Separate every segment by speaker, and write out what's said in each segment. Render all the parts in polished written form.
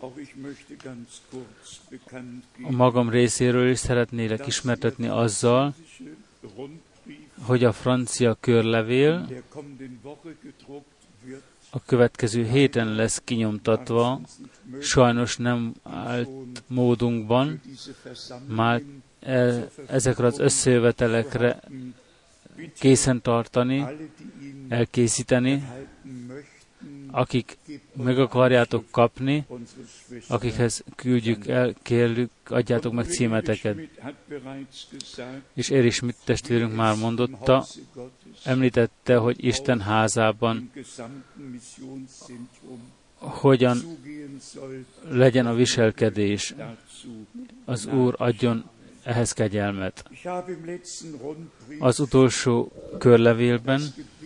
Speaker 1: A magam részéről is szeretnélek ismertetni azzal, hogy a francia körlevél a következő héten lesz kinyomtatva, sajnos nem állt módunkban már ezekre az összejövetelekre készen tartani, elkészíteni, akik meg akarjátok kapni, akikhez küldjük el, kérjük, adjátok meg címeteket. És Erich Schmidt testvérünk már mondotta, említette, hogy Isten házában hogyan legyen a viselkedés. Az Úr adjon ehhez kegyelmet. Az utolsó körlevélben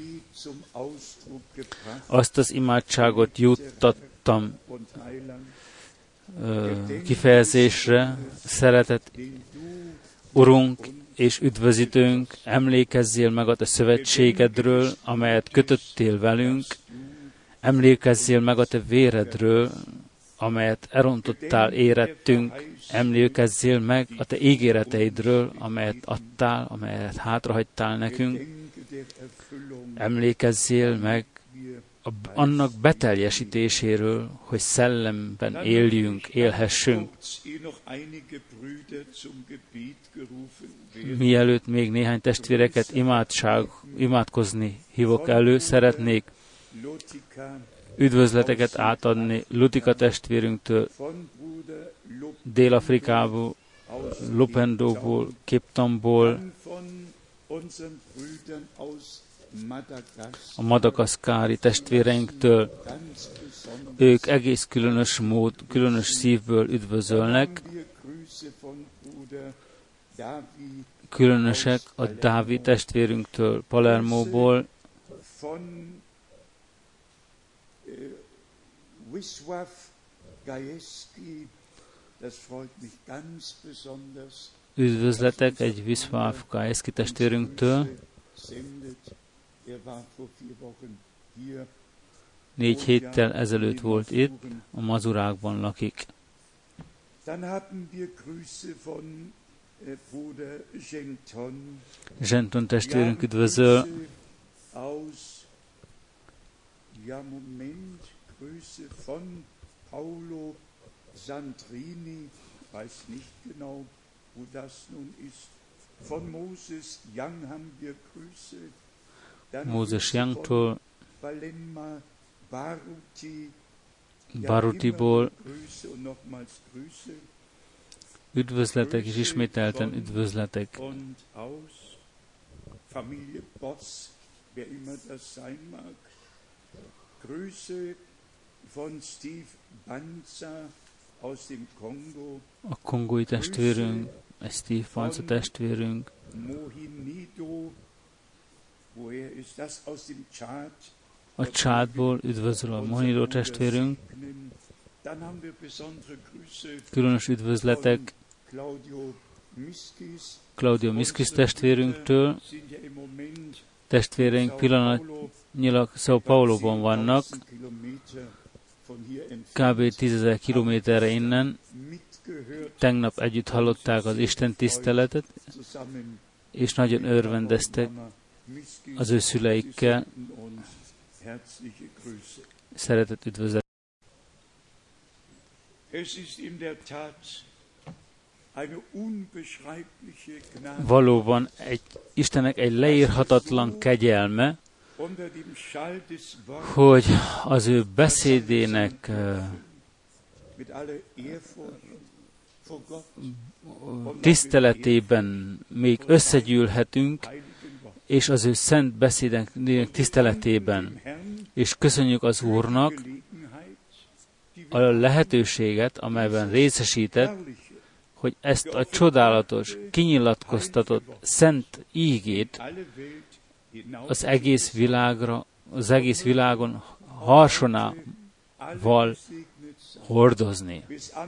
Speaker 1: azt az imádságot juttattam kifejezésre, szeretett Urunk és üdvözítőnk, emlékezzél meg a te szövetségedről, amelyet kötöttél velünk, emlékezzél meg a te véredről, amelyet elrontottál érettünk, emlékezzél meg a te ígéreteidről, amelyet adtál, amelyet hátrahagytál nekünk, emlékezzél meg annak beteljesítéséről, hogy szellemben éljünk, élhessünk. Mielőtt még néhány testvéreket imádkozni hívok elő, szeretnék üdvözleteket átadni Lutika testvérünktől, Dél-Afrikából, Lupendóból, Képtamból, a madagaszkári testvéreinktől. Ők egész különös szívből üdvözölnek. Különösek a Dávid testvérünktől Palermóból, üdvözletek egy Wisław Gajewski testvérünktől, 4 héttel ezelőtt volt itt, a Mazurákban lakik. Genton testvérünk üdvözöl. Mózes Youngtól, Barutiból üdvözletek és ismételten üdvözletek. A kongói testvérünk, egy Steve Banza testvérünk, a Csádból üdvözöl a Mohinido testvérünk, különös üdvözletek Claudio Miskis testvérünktől. Testvéreink pillanatnyilag São Pauloban vannak, kb. 10.000 kilométerre innen. Tegnap együtt hallották az Isten tiszteletet, és nagyon örvendeztek az ő szüleikkel. Szeretett üdvözlet. Valóban Istennek egy leírhatatlan kegyelme, hogy az ő beszédének tiszteletében még összegyűlhetünk, és az ő szent beszédének tiszteletében. És köszönjük az Úrnak a lehetőséget, amelyben részesített, hogy ezt a csodálatos, kinyilatkoztatott szent ígét az egész világon harsonával hordozni.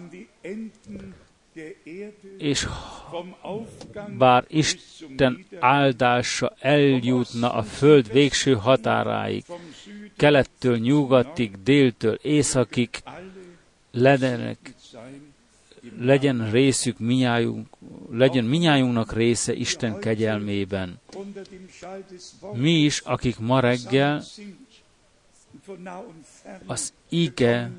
Speaker 1: És bár Isten áldása eljutna a föld végső határáig, kelettől nyugatig, déltől északig, legyen részük legyen minnyájunknak része Isten kegyelmében. Mi is, akik ma reggel az ige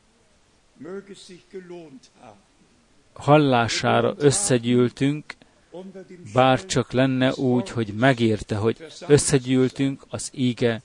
Speaker 1: hallására összegyűltünk, bár csak lenne úgy, hogy megérte, hogy összegyűltünk az ige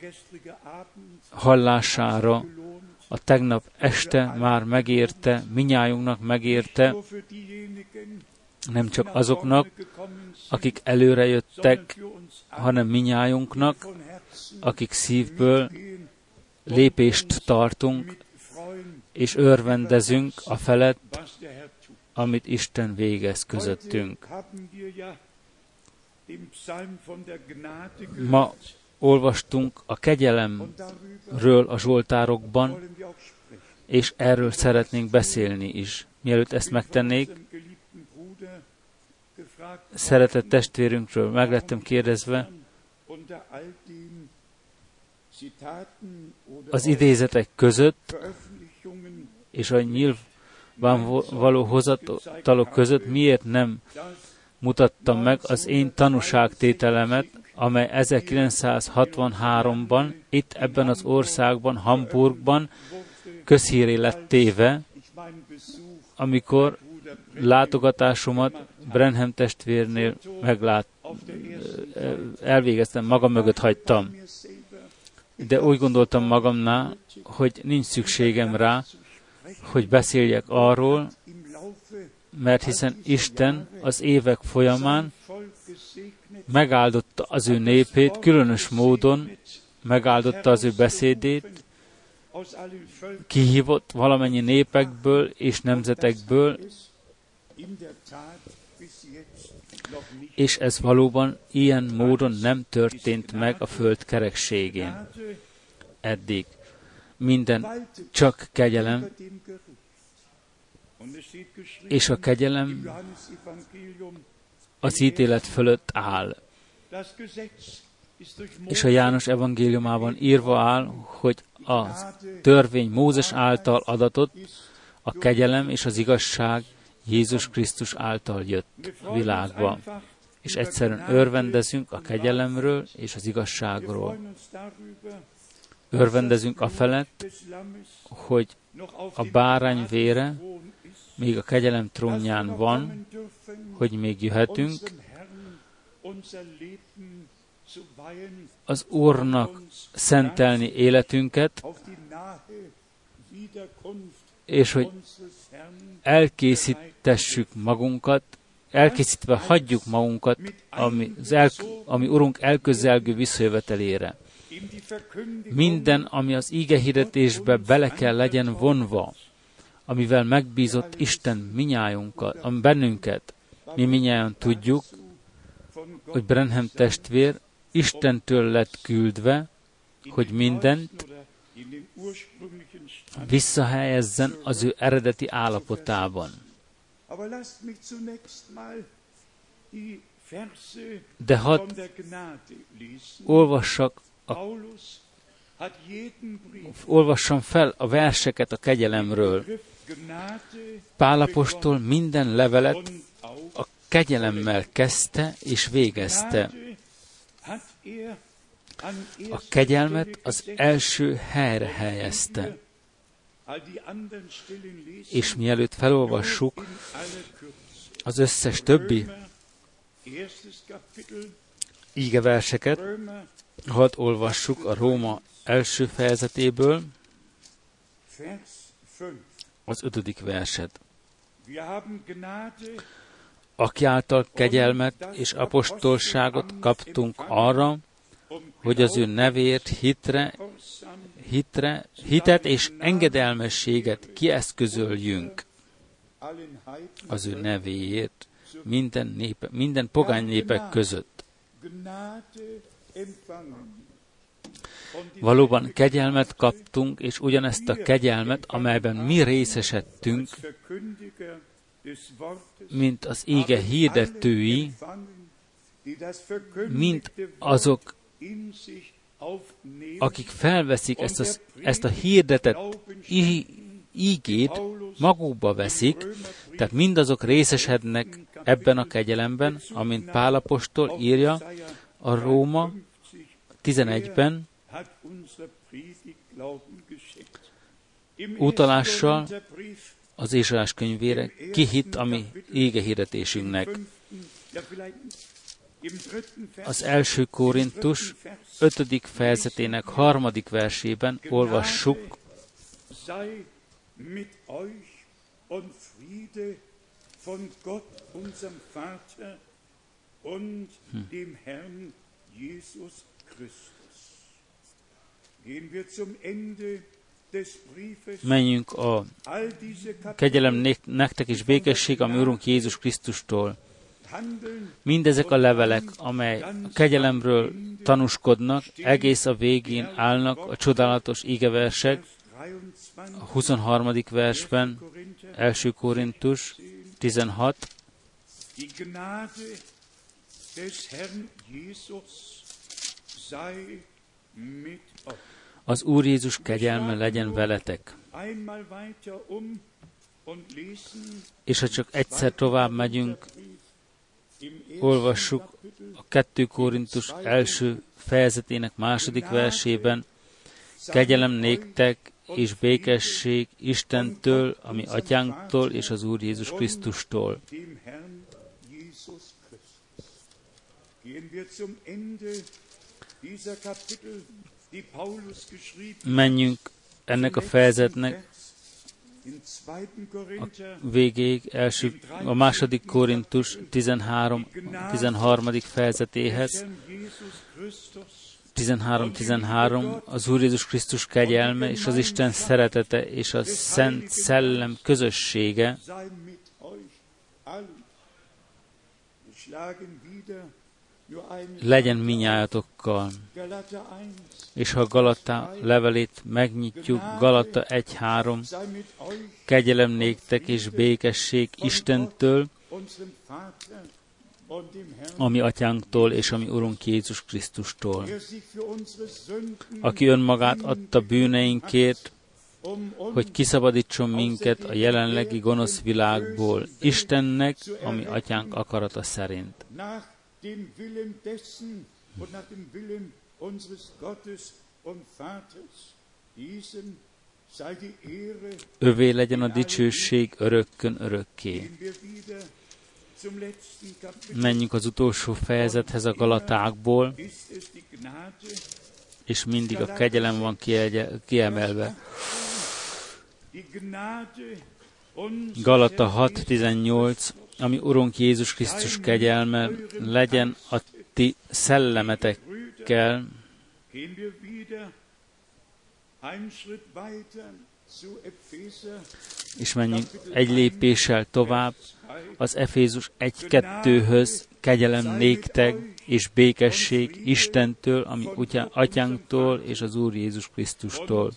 Speaker 1: hallására, a tegnap este már megérte, minnyájunknak megérte, nem csak azoknak, akik előre jöttek, hanem minnyájunknak, akik szívből lépést tartunk, és örvendezünk a felett, amit Isten végez közöttünk. Ma olvastunk a kegyelemről a Zsoltárokban, és erről szeretnénk beszélni is. Mielőtt ezt megtennék, szeretett testvérünkről meg lettem kérdezve, az idézetek között és a nyilvánvaló hozatalok között miért nem mutattam meg az én tanúságtételemet, amely 1963-ban itt ebben az országban, Hamburgban közhírré lett téve, amikor látogatásomat Branham testvérnél elvégeztem, magam mögött hagytam. De úgy gondoltam magamnál, hogy nincs szükségem rá, hogy beszéljek arról, mert hiszen Isten az évek folyamán megáldotta az ő népét, különös módon megáldotta az ő beszédét, kihívott valamennyi népekből és nemzetekből, és ez valóban ilyen módon nem történt meg a föld kerekségén. Eddig minden csak kegyelem, és a kegyelem az ítélet fölött áll. És a János evangéliumában írva áll, hogy a törvény Mózes által adatott, a kegyelem és az igazság Jézus Krisztus által jött a világba. És egyszerűen örvendezünk a kegyelemről és az igazságról. Örvendezünk a felett, hogy a bárány vére még a kegyelem trónján van, hogy még jöhetünk az Úrnak szentelni életünket, és hogy elkészítessük magunkat, elkészítve hagyjuk magunkat, ami Urunk elközelgő visszajövetelére. Minden, ami az íge hirdetésbe bele kell legyen vonva, amivel megbízott Isten minnyájunkat, bennünket. Mi minnyáján tudjuk, hogy Branham testvér Istentől lett küldve, hogy mindent visszahelyezzen az ő eredeti állapotában. De hadd olvassam fel a verseket a kegyelemről. Pál apostol minden levelet a kegyelemmel kezdte és végezte. A kegyelmet az első helyre helyezte. És mielőtt felolvassuk az összes többi ígeverseket, hadd olvassuk a Róma első fejezetéből az 5. verset. Aki által kegyelmet és apostolságot kaptunk arra, hogy az ő nevért hitet és engedelmességet kieszközöljünk az ő nevéért minden pogány népek között. Valóban kegyelmet kaptunk, és ugyanezt a kegyelmet, amelyben mi részesedtünk, mint az íge hirdetői, mint azok, akik felveszik ezt a hirdetett ígét magukba veszik, tehát mindazok részesednek ebben a kegyelemben, amint Pál apostol írja a Róma 11-ben, utalással az Ézsaiás könyvére, ki hitt a mi ége hirdetésünknek. Az 1. Korintus 5. fejezetének 3. versében olvassuk, menjünk a kegyelem nektek és békesség, ami Urunk Jézus Krisztustól. Mindezek a levelek, amely a kegyelemről tanúskodnak, egész a végén állnak a csodálatos igeversek, a 23. versben, 1. Korintus 16. Az Úr Jézus kegyelme legyen veletek. És ha csak egyszer tovább megyünk, olvassuk a 2. Korintus 1. fejezetének 2. versében, kegyelem néktek és békesség Istentől, ami Atyánktól és az Úr Jézus Krisztustól. Menjünk ennek a fejezetnek a végéig, a 2. Korintus 13. fejezetéhez. 13.13. Az Úr Jézus Krisztus kegyelme és az Isten szeretete és a Szent Szellem közössége legyen minnyájatokkal. És ha Galata levelét megnyitjuk, Galata 1.3, kegyelem néktek és békesség Istentől, ami Atyánktól és ami Urunk Jézus Krisztustól, aki önmagát adta bűneinkért, hogy kiszabadítson minket a jelenlegi gonosz világból, Istennek, ami Atyánk akarata szerint. Övé legyen a dicsőség örökkön örökké. Menjünk az utolsó fejezethez a Galatákból, és mindig a kegyelem van kiemelve. Galata 6.18, ami Urunk Jézus Krisztus kegyelme legyen a ti szellemetekkel, és menjünk egy lépéssel tovább az Efézus 1.2-höz, kegyelem néktek és békesség Istentől, ami Atyánktól és az Úr Jézus Krisztustól.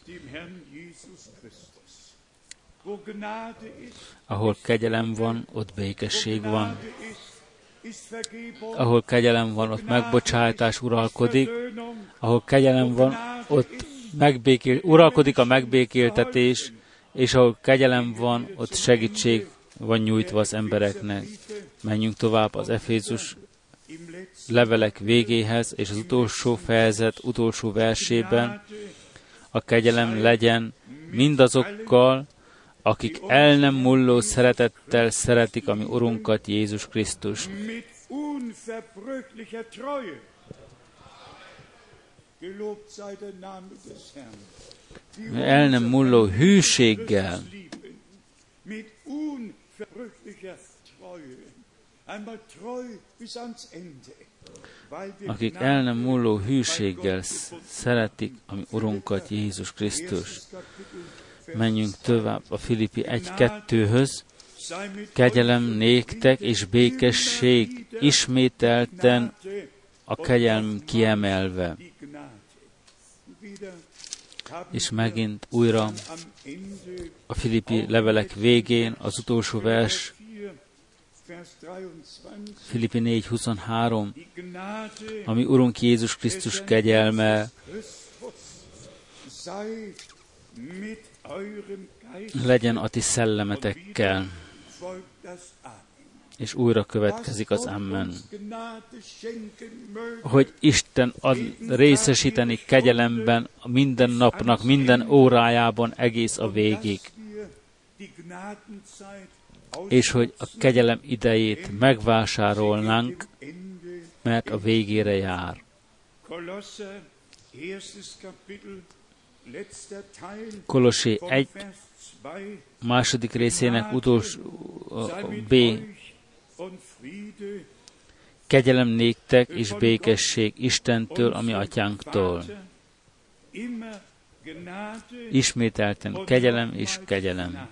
Speaker 1: Ahol kegyelem van, ott békesség van. Ahol kegyelem van, ott megbocsátás uralkodik. Ahol kegyelem van, ott uralkodik a megbékéltetés, és ahol kegyelem van, ott segítség van nyújtva az embereknek. Menjünk tovább az Efézus levelek végéhez, és az utolsó fejezet utolsó versében a kegyelem legyen mindazokkal, akik el nem mulló szeretettel szeretik a mi Urunkat, Jézus Krisztust. El nem mulló hűséggel. Akik el nem mulló hűséggel szeretik a mi Urunkat, Jézus Krisztust. Menjünk tovább a Filippi 1.2-höz. Kegyelem néktek és békesség ismételten a kegyelm kiemelve. És megint újra a Filippi levelek végén az utolsó vers, Filippi 4.23, ami Urunk Jézus Krisztus kegyelme legyen a ti szellemetekkel. És újra következik az Amen. Hogy Isten részesíteni kegyelemben minden napnak, minden órájában egész a végig. És hogy a kegyelem idejét megvásárolnánk, mert a végére jár. Kolossé 1. második részének utolsó B. Kegyelem néktek és békesség Istentől, a mi atyánktól. Ismételten kegyelem és kegyelem.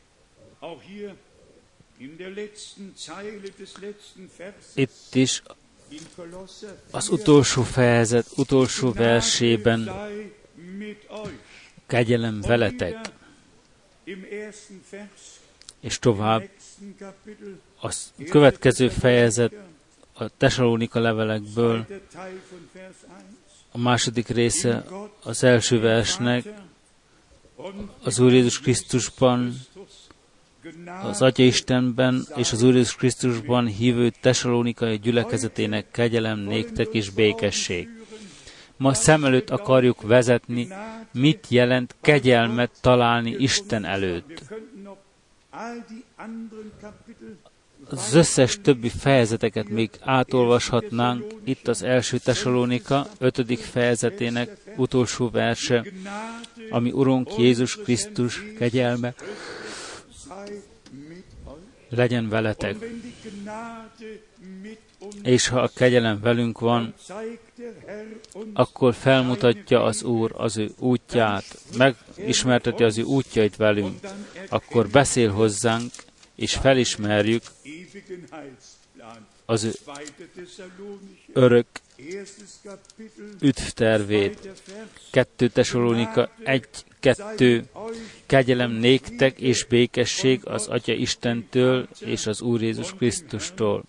Speaker 1: Itt is az utolsó fejezet, utolsó versében kegyelem veletek. És tovább a következő fejezet a Tesalónika levelekből, a második része az első versnek, az Úr Jézus Krisztusban, az Atya Istenben és az Úr Jézus Krisztusban hívő tesalónikai gyülekezetének kegyelem néktek és békesség. Ma szem előtt akarjuk vezetni, mit jelent kegyelmet találni Isten előtt. Az összes többi fejezeteket még átolvashatnánk, itt az első Tesalónika 5. fejezetének utolsó verse, ami Urunk Jézus Krisztus kegyelme legyen veletek. És ha a kegyelem velünk van, akkor felmutatja az Úr az ő útját, megismerteti az ő útjait velünk, akkor beszél hozzánk, és felismerjük az ő örök üdvtervét. 2 Tesalónika 1-2. Kegyelem néktek és békesség az Atya Istentől és az Úr Jézus Krisztustól.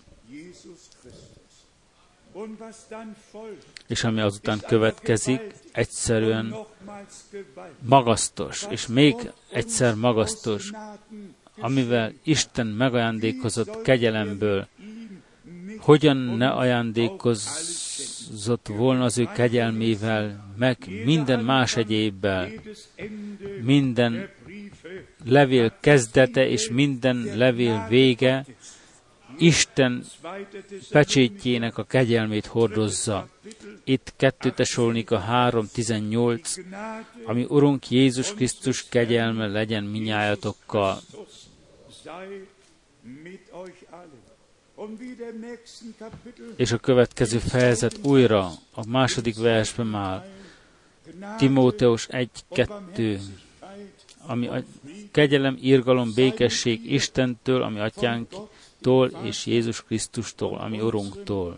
Speaker 1: És ami azután következik, egyszerűen magasztos, és még egyszer magasztos, amivel Isten megajándékozott kegyelemből, hogyan ne ajándékozott volna az ő kegyelmével, meg minden más egyébbel, minden levél kezdete és minden levél vége Isten pecsétjének a kegyelmét hordozza. Itt 2 Tesalónika 3:18, ami Urunk Jézus Krisztus kegyelme legyen minnyájatokkal. És a következő fejezet újra, a második versben már, Timóteus 1:2, ami a kegyelem, irgalom, békesség Istentől, ami atyánktól, és Jézus Krisztustól, ami Urunktól.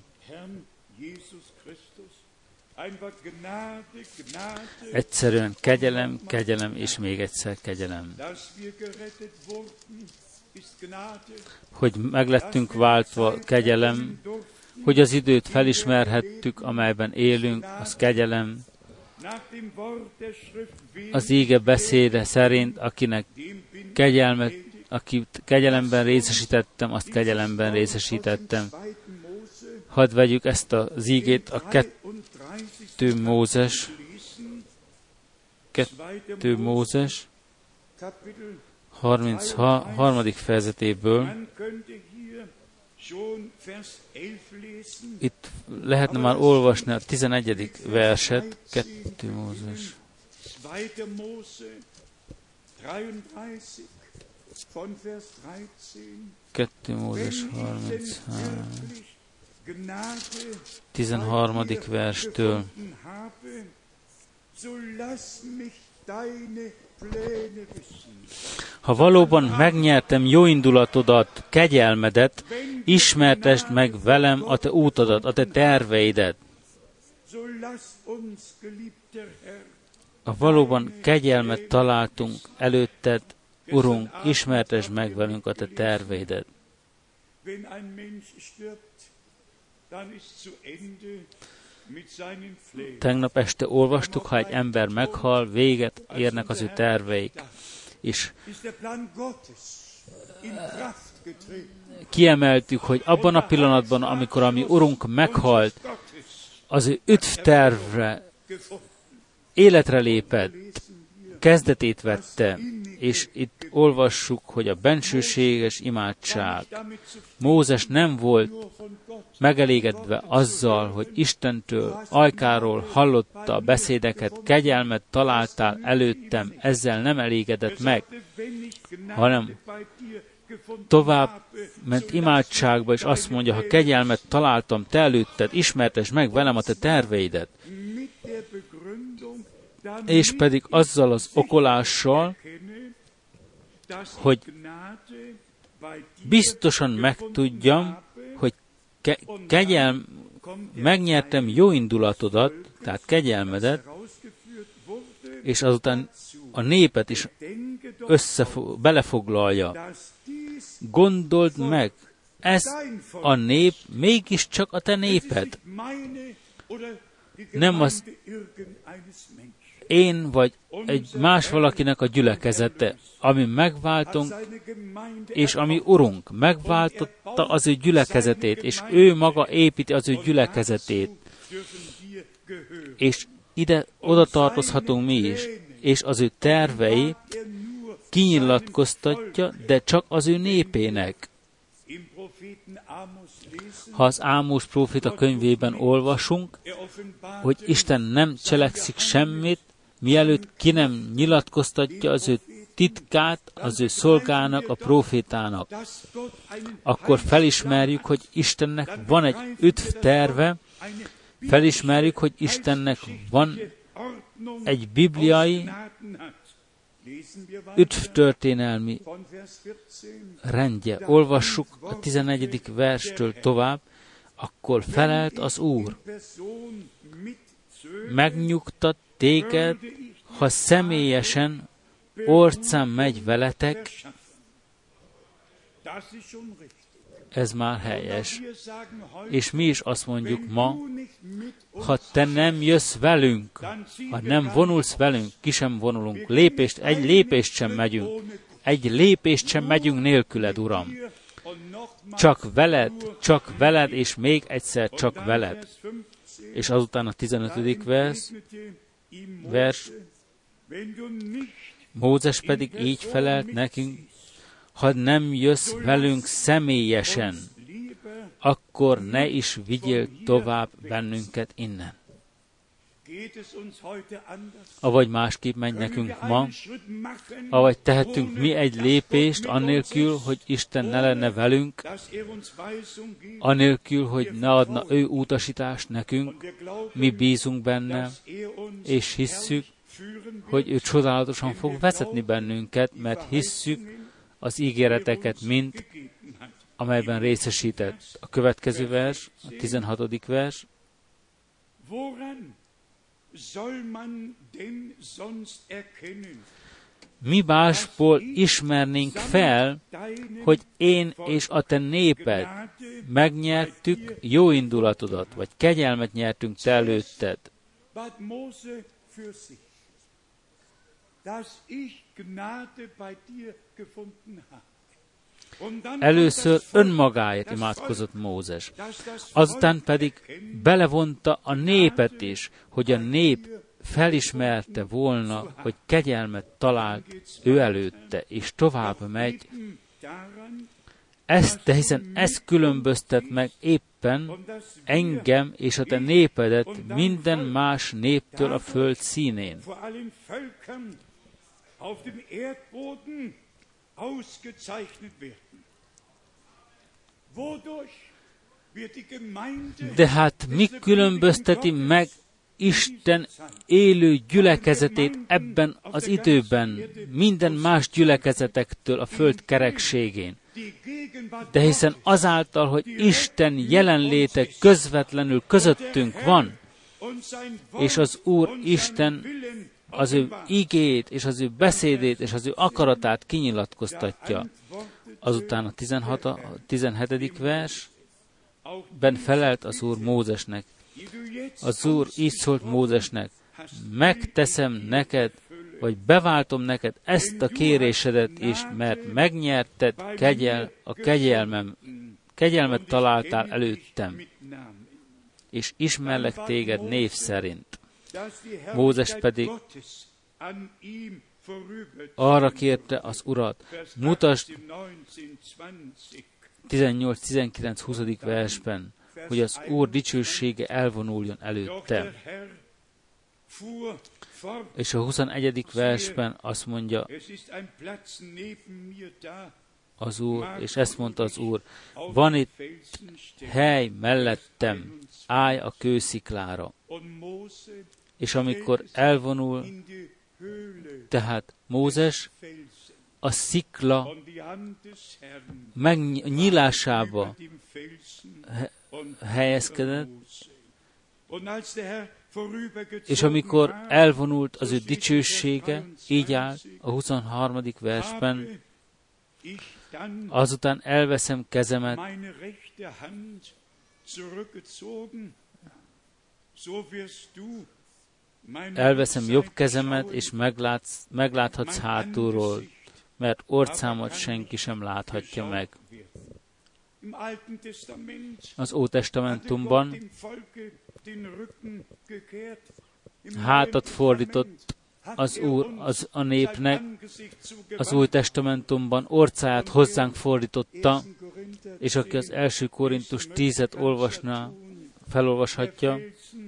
Speaker 1: Egyszerűen kegyelem, kegyelem, és még egyszer kegyelem. Hogy meglettünk váltva, kegyelem, hogy az időt felismerhettük, amelyben élünk, az kegyelem. Az íge beszéde szerint, akit kegyelemben részesítettem, azt kegyelemben részesítettem. Hadd vegyük ezt az ígét, a 2 Mózes 33. fejezetéből. Itt lehetne már olvasni a 11. verset, 2 Mózes. 2 Mózes 33. 13. verstől. Ha valóban megnyertem jóindulatodat, kegyelmedet, ismertesd meg velem a te útodat, a te terveidet. Ha valóban kegyelmet találtunk előtted, Urunk, ismertesd meg velünk a te terveidet. Tegnap este olvastuk, ha egy ember meghal, véget érnek az ő terveik. És kiemeltük, hogy abban a pillanatban, amikor a mi Urunk meghalt, az ő üdvtervre életre lépett, kezdetét vette, és itt olvassuk, hogy a bensőséges imádság. Mózes nem volt megelégedve azzal, hogy Istentől, ajkáról hallotta a beszédeket, kegyelmet találtál előttem, ezzel nem elégedett meg, hanem tovább ment imádságba, és azt mondja, ha kegyelmet találtam te előtted, ismertesd meg velem a te terveidet. És pedig azzal az okolással, hogy biztosan megtudjam, hogy megnyertem jó indulatodat, tehát kegyelmedet, és azután a népet is belefoglalja. Gondold meg, ez a nép mégiscsak a te néped. Nem az én vagy egy más valakinek a gyülekezete, ami megváltunk, és ami Urunk megváltotta az ő gyülekezetét, és ő maga építi az ő gyülekezetét. És oda tartozhatunk mi is, és az ő tervei kinyilatkoztatja, de csak az ő népének. Ha az Ámos próféta könyvében olvasunk, hogy Isten nem cselekszik semmit, mielőtt ki nem nyilatkoztatja az ő titkát az ő szolgának, a prófétának, akkor felismerjük, hogy Istennek van egy üdvterve, felismerjük, hogy Istennek van egy bibliai üdvtörténelmi rendje. Olvassuk a 11. verstől tovább, akkor felelt az Úr. Megnyugtat téged, ha személyesen orcán megy veletek, ez már helyes. És mi is azt mondjuk ma, ha te nem jössz velünk, ha nem vonulsz velünk, ki sem vonulunk, egy lépést sem megyünk nélküled, Uram. Csak veled, és még egyszer csak veled. És azután a 15. vers, Mózes pedig így felelt nekünk, ha nem jössz velünk személyesen, akkor ne is vigyél tovább bennünket innen. Avagy másképp megy nekünk ma, avagy tehetünk mi egy lépést, annélkül, hogy Isten ne lenne velünk, annélkül, hogy ne adna ő utasítást nekünk, mi bízunk benne, és hisszük, hogy ő csodálatosan fog vezetni bennünket, mert hisszük az ígéreteket mind, amelyben részesített. A következő vers, a 16. vers. Mi másból ismernénk fel, hogy én és a te néped megnyertük jó indulatodat, vagy kegyelmet nyertünk te előtted. Először önmagáért imádkozott Mózes, azután pedig belevonta a népet is, hogy a nép felismerte volna, hogy kegyelmet talált ő előtte, és tovább megy. De hiszen ez különböztet meg éppen engem és a te népedet minden más néptől a föld színén. De hát mi különbözteti meg Isten élő gyülekezetét ebben az időben minden más gyülekezetektől a föld kerekségén? De hiszen azáltal, hogy Isten jelenléte közvetlenül közöttünk van, és az Úr Isten az ő igét, és az ő beszédét, és az ő akaratát kinyilatkoztatja. Azután a 17. versben felelt az Úr Mózesnek, Az Úr így szólt Mózesnek, megteszem neked, vagy beváltom neked ezt a kérésedet is, mert megnyerted kegyelmet találtál előttem, és ismerlek téged név szerint. Mózes pedig arra kérte az Urat, mutasd 18-19-20. versben, hogy az Úr dicsősége elvonuljon előtte. És a 21. versben azt mondja az Úr, és ezt mondta az Úr, van itt hely mellettem, állj a kősziklára. És amikor elvonul, tehát Mózes a szikla nyílásába helyezkedett, és amikor elvonult az ő dicsősége, így áll a 23. versben, azután elveszem kezemet, elveszem jobb kezemet, és megláthatsz hátulról, mert orcámat senki sem láthatja meg. Az Ótestamentumban hátat fordított az Úr a népnek, az Új Testamentumban orcáját hozzánk fordította, és aki az 1. Korintus 10-et olvasná, felolvashatja,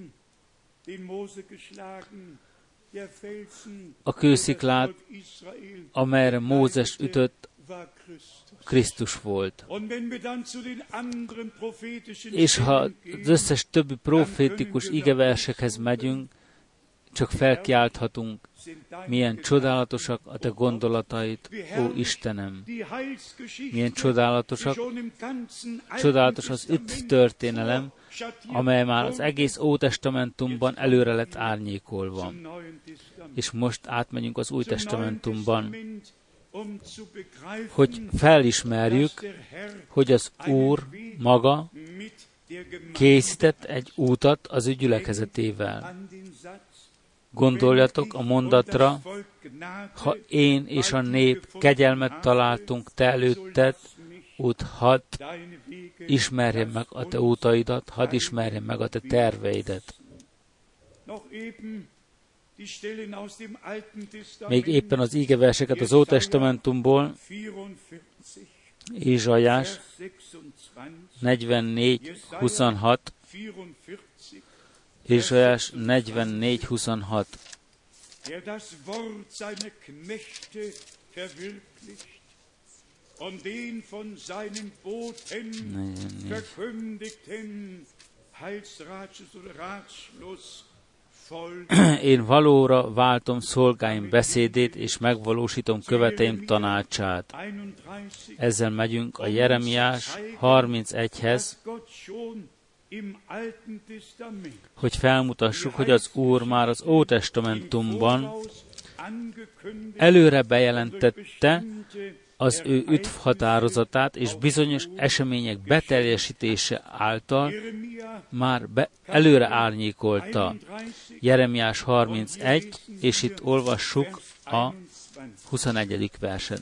Speaker 1: a kősziklát, amelyre Mózes ütött, Krisztus volt. És ha az összes többi profétikus igeversekhez megyünk, csak felkiálthatunk, milyen csodálatosak a te gondolataid, ó Istenem! Milyen csodálatosak, csodálatos az üdv történelem, amely már az egész Ótestamentumban előre lett árnyékolva. És most átmegyünk az Új Testamentumban, hogy felismerjük, hogy az Úr maga készített egy útat az ő gyülekezetével. Gondoljatok a mondatra, ha én és a nép kegyelmet találtunk te előtted, úgy hadd ismerjem meg a te útaidat, hadd ismerjem meg a te terveidet. Még éppen az ígeverseket az Ótestamentumból, Ézsaiás 44:26, Ézsaiás 44:26.
Speaker 2: Der das Wort seiner Knechte verwirklicht und den von seinen Boten verkündigten Heilsratschluss oder Ratschluss.
Speaker 1: Én valóra váltom szolgáim beszédét, és megvalósítom követeim tanácsát. Ezzel megyünk a Jeremiás 31-hez, hogy felmutassuk, hogy az Úr már az Ótestamentumban előre bejelentette az ő üdv határozatát, és bizonyos események beteljesítése által már előre árnyékolta. Jeremiás 31, és itt olvassuk a 21. verset.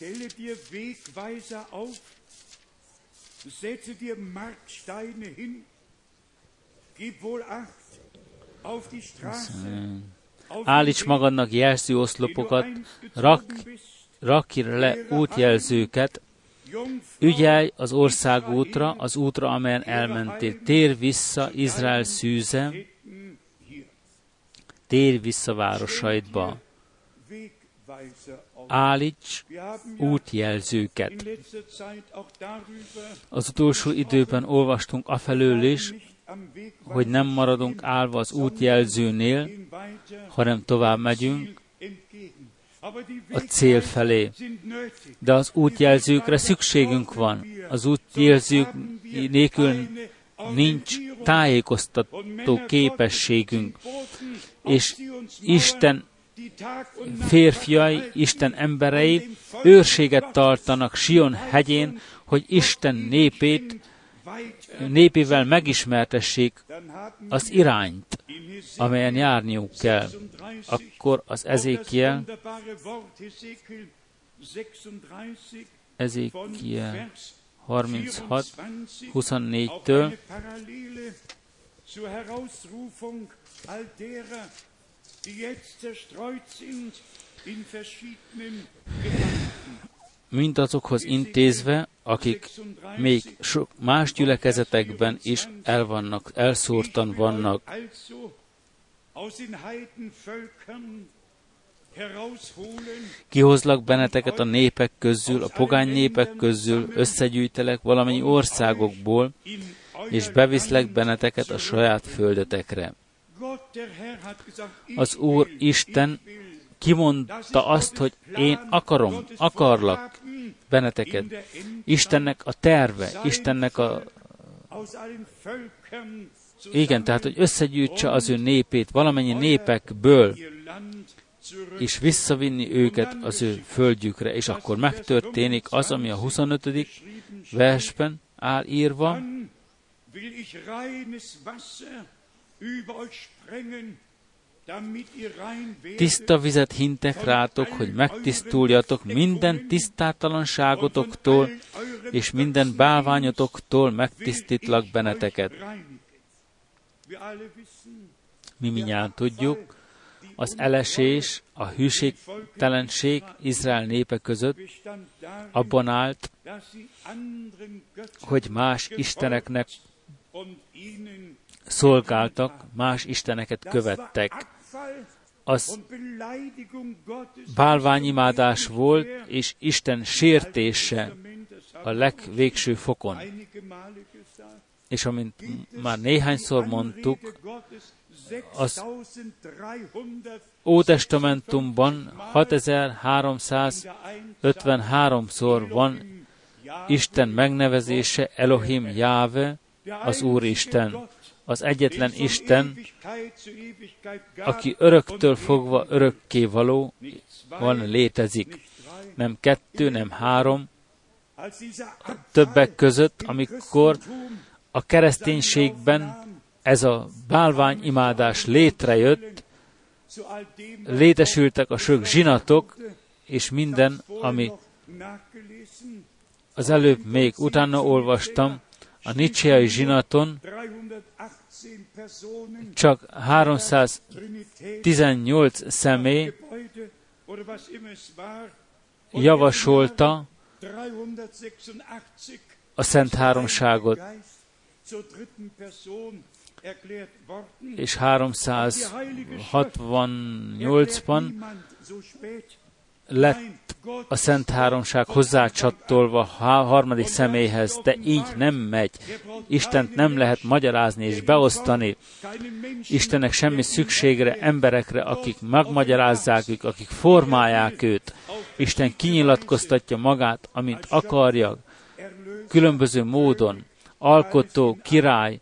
Speaker 2: Setze dir Marksteine hin, gib wohl acht auf die Straße.
Speaker 1: Állíts magadnak jelzőoszlopokat, rakj le útjelzőket, ügyelj az országútra, az útra, amelyen elmentél. Térj vissza, Izrael szűze, térj vissza városaidba. Állíts útjelzőket. Az utolsó időben olvastunk afelől is, hogy nem maradunk állva az útjelzőnél, hanem tovább megyünk a cél felé. De az útjelzőkre szükségünk van. Az útjelzők nélkül nincs tájékoztató képességünk. És Isten férfiai, Isten emberei őrséget tartanak Sion hegyén, hogy Isten népét népével megismertessék az irányt, amelyen járniuk kell. Akkor az Ezékiel 36, 24-től mindazokhoz intézve, akik még sok más gyülekezetekben is elszórtan vannak. Kihozlak benneteket a népek közül, a pogány népek közül, összegyűjtelek valamennyi országokból, és beviszlek benneteket a saját földetekre. Az Úr Isten kimondta azt, hogy én akarlak benneteket. Istennek a terve, Istennek tehát, hogy összegyűjtse az ő népét valamennyi népekből, és visszavinni őket az ő földjükre, és akkor megtörténik az, ami a 25. versben áll írva. Tiszta vizet hintek rátok, hogy megtisztuljatok minden tisztátalanságotoktól, és minden bálványotoktól megtisztítlak benneteket. Mi mindjárt tudjuk, az elesés, a hűségtelenség Izrael népe között abban állt, hogy más isteneknek szolgáltak, más isteneket követtek. Az bálványimádás volt, és Isten sértése a legvégső fokon. És amint már néhányszor mondtuk, az Ótestamentumban 6353-szor van Isten megnevezése, Elohim Jáve, az Úristen, az egyetlen Isten, aki öröktől fogva örökké való, létezik. Nem 2, nem 3, többek között, amikor a kereszténységben ez a bálványimádás létrejött, létesültek a sok zsinatok, és minden, ami az előbb még utána olvastam, a nicséai zsinaton csak 318 személy javasolta a Szent Háromságot, és 368-ban lett a Szent Háromság hozzácsattolva a harmadik személyhez, de így nem megy. Istent nem lehet magyarázni és beosztani. Istennek semmi szükségre emberekre, akik megmagyarázzák őt, akik formálják őt. Isten kinyilatkoztatja magát, amint akarja, különböző módon, alkotó, király,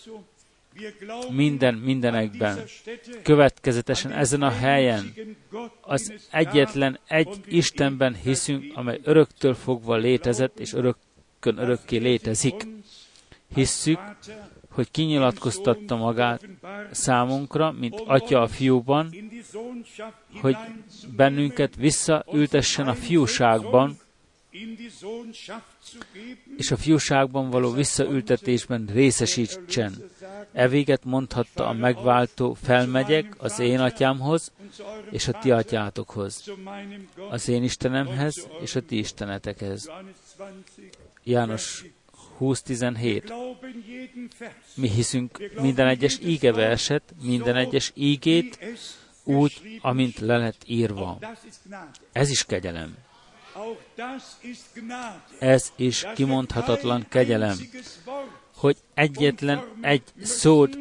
Speaker 1: mindenekben. Következetesen ezen a helyen az egyetlen egy Istenben hiszünk, amely öröktől fogva létezett, és örökké létezik. Hisszük, hogy kinyilatkoztatta magát számunkra, mint Atya a Fiúban, hogy bennünket visszaültessen a fiúságban, és a fiúságban való visszaültetésben részesítsen. Evéget mondhatta a megváltó, felmegyek az én atyámhoz, és a ti atyátokhoz, az én Istenemhez, és a ti istenetekhez. János 20:17. Mi hiszünk minden egyes ígeverset, minden egyes ígét úgy, amint le lett írva. Ez is kegyelem. Ez is kimondhatatlan kegyelem, hogy egyetlen egy szót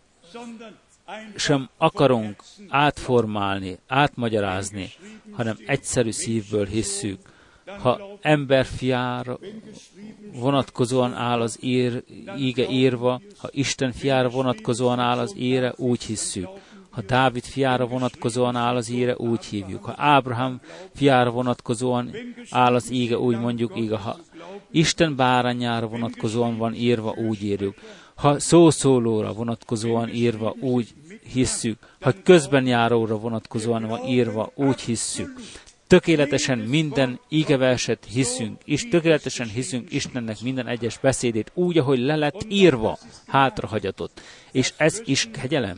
Speaker 1: sem akarunk átformálni, átmagyarázni, hanem egyszerű szívből hisszük. Ha emberfiára vonatkozóan áll az íge írva, ha Isten fiára vonatkozóan áll az íre, úgy hisszük. Ha Dávid fiára vonatkozóan áll az íre, úgy hívjuk. Ha Ábrahám fiára vonatkozóan áll az íge, úgy mondjuk íge. Ha Isten bárányára vonatkozóan van írva, úgy írjuk. Ha szószólóra vonatkozóan írva, úgy hisszük. Ha közbenjáróra vonatkozóan van írva, úgy hisszük. Tökéletesen minden ígeverset hiszünk, és tökéletesen hiszünk Istennek minden egyes beszédét, úgy, ahogy le lett írva, hátrahagyatott. És ez is kegyelem.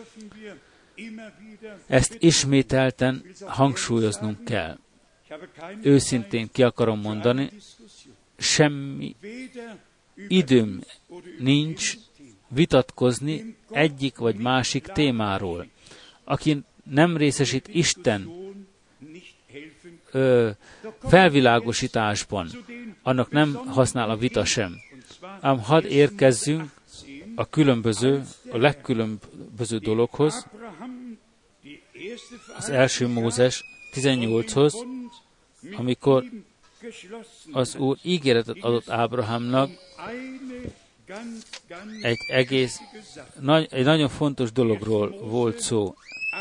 Speaker 1: Ezt ismételten hangsúlyoznunk kell. Őszintén ki akarom mondani, semmi időm nincs vitatkozni egyik vagy másik témáról. Aki nem részesít Isten felvilágosításban, annak nem használ a vita sem. Ám hadd érkezzünk a legkülönböző dologhoz, az első Mózes 18-hoz, amikor az Úr ígéretet adott Ábrahámnak, egy nagyon fontos dologról volt szó.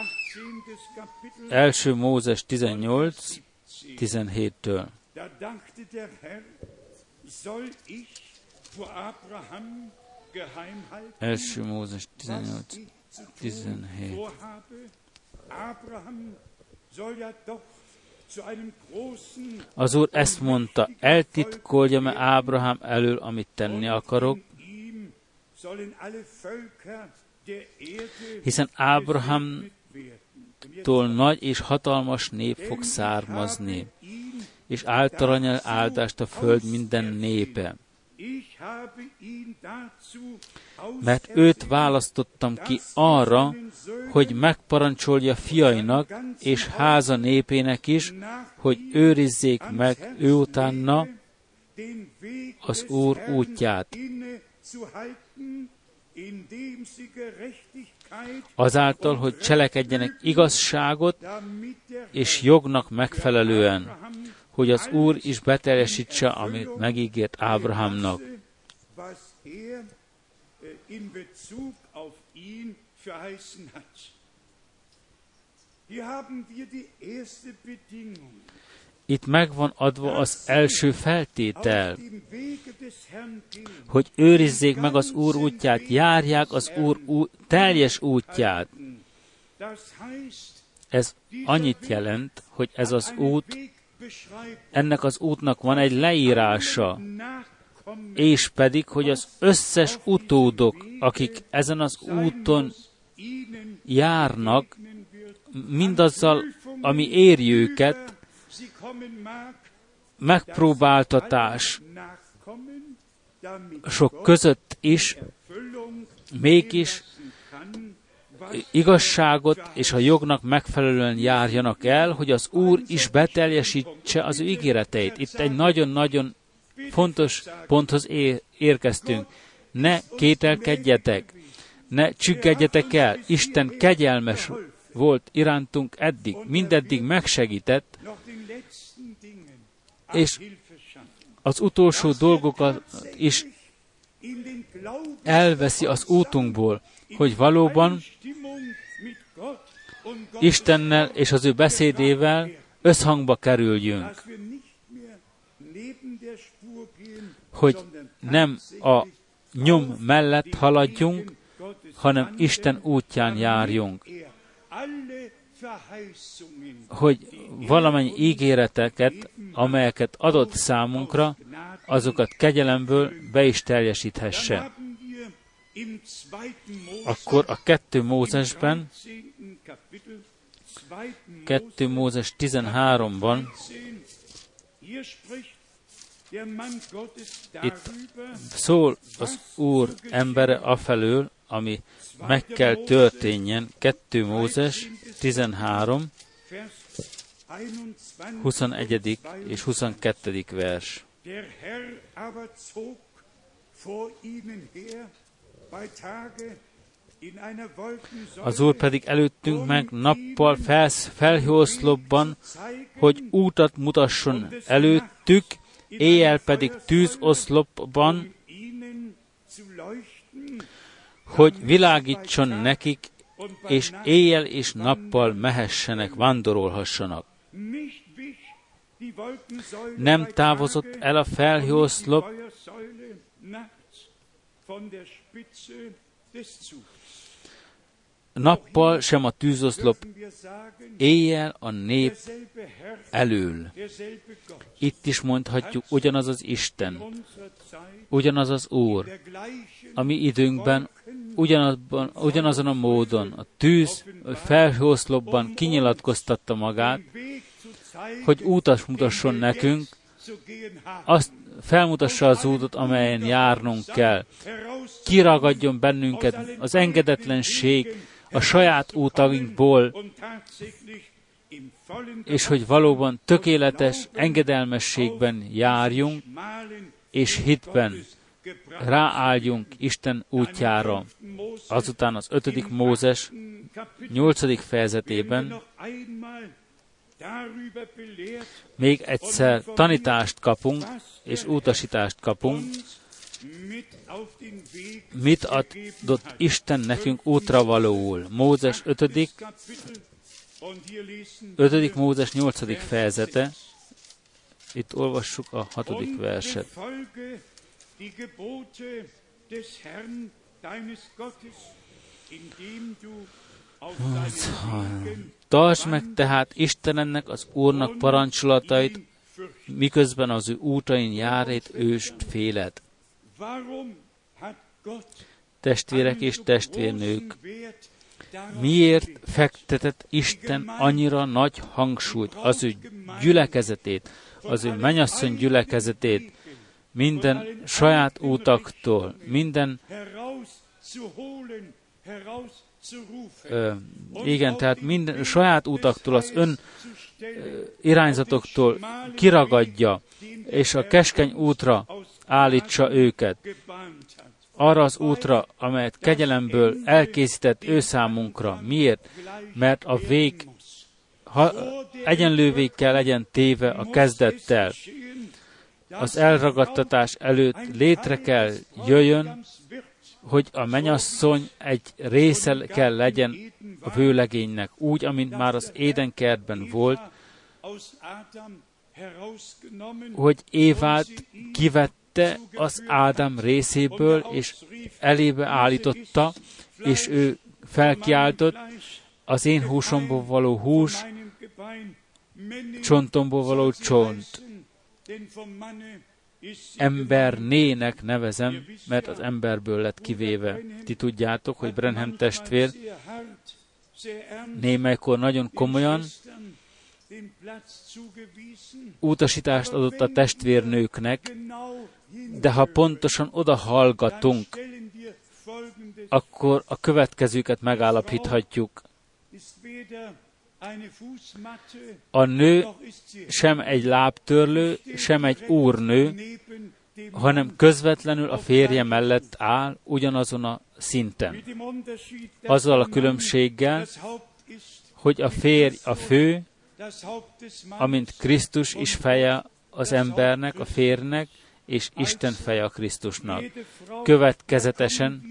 Speaker 1: Első Mózes 18-17-től. Első Mózes 18-17. Az Úr ezt mondta, eltitkoljam-e Ábrahám elől, amit tenni akarok, hiszen Ábrahámtól nagy és hatalmas nép fog származni, és általa nyer áldást a föld minden népe. Mert őt választottam ki arra, hogy megparancsolja fiainak és háza népének is, hogy őrizzék meg őutána az Úr útját. Azáltal, hogy cselekedjenek igazságot és jognak megfelelően, hogy az Úr is beteljesítse, amit megígért Ábrahámnak. Itt megvan adva az első feltétel, hogy őrizzék meg az Úr útját, járják az Úr teljes útját. Ez annyit jelent, hogy ez az út, ennek az útnak van egy leírása, és pedig, hogy az összes utódok, akik ezen az úton járnak, mindazzal, ami éri őket, megpróbáltatás sok között is, mégis igazságot és a jognak megfelelően járjanak el, hogy az Úr is beteljesítse az ő ígéreteit. Itt egy nagyon-nagyon fontos ponthoz érkeztünk. Ne kételkedjetek, ne csüggedjetek el. Isten kegyelmes volt irántunk eddig, mindeddig megsegített, és az utolsó dolgokat is elveszi az útunkból, hogy valóban Istennel és az ő beszédével összhangba kerüljünk, hogy nem a nyom mellett haladjunk, hanem Isten útján járjunk, hogy valamennyi ígéreteket, amelyeket adott számunkra, azokat kegyelemből be is teljesíthesse. Akkor a 2 Mózesben, 2 Mózes 13-ban, itt szól az Úr embere afelől, ami meg kell történjen. 2 Mózes 13, 21. és 22. vers. Az Úr pedig előttünk meg nappal felhőoszlopban, hogy útat mutasson előttük, éjjel pedig tűzoszlopban, hogy világítson nekik és éjjel és nappal mehessenek, vándorolhassanak. Nem távozott el a felhőoszlop nappal sem a tűzoszlop, éjjel a nép elől. Itt is mondhatjuk, ugyanaz az Isten, ugyanaz az Úr, a mi időnkben ugyanazon a módon, a tűz, a felhőoszlopban kinyilatkoztatta magát, hogy útat mutasson nekünk, azt felmutassa az útot, amelyen járnunk kell. Kiragadjon bennünket az engedetlenség a saját útainkból, és hogy valóban tökéletes engedelmességben járjunk, és hitben ráálljunk Isten útjára. Azután az 5. Mózes 8. fejezetében még egyszer tanítást kapunk, és utasítást kapunk, mit adott Isten nekünk útra valóul. Mózes 5. Mózes 8. fejezete, itt olvassuk a 6. verset. Tartsd meg tehát Istenennek, az Úrnak parancsolatait, miközben az ő útain járét őst féled. Testvérek és testvérnők, miért fektetett Isten annyira nagy hangsúlyt az ő gyülekezetét, az ő mennyasszony gyülekezetét, minden saját útaktól, minden tehát minden saját útaktól, az ön irányzatoktól kiragadja, és a keskeny útra állítsa őket. Arra az útra, amelyet kegyelemből elkészített ő számunkra. Miért? Mert a vég egyenlővé kell legyen téve a kezdettel. Az elragadtatás előtt létre kell jöjjön, hogy a mennyasszony egy része kell legyen a vőlegénynek, úgy, amint már az Édenkertben volt, hogy Évát kivette az Ádám részéből, és elébe állította, és ő felkiáltott, az én húsomból való hús, csontomból való csont. Embernének nevezem, mert az emberből lett kivéve. Ti tudjátok, hogy Branham testvér némelykor nagyon komolyan utasítást adott a testvérnőknek, de ha pontosan oda hallgatunk, akkor a következőket megállapíthatjuk. A nő sem egy lábtörlő, sem egy úrnő, hanem közvetlenül a férje mellett áll ugyanazon a szinten. Azzal a különbséggel, hogy a férj a fő, amint Krisztus is feje az embernek, a férjnek, és Isten feje a Krisztusnak. Következetesen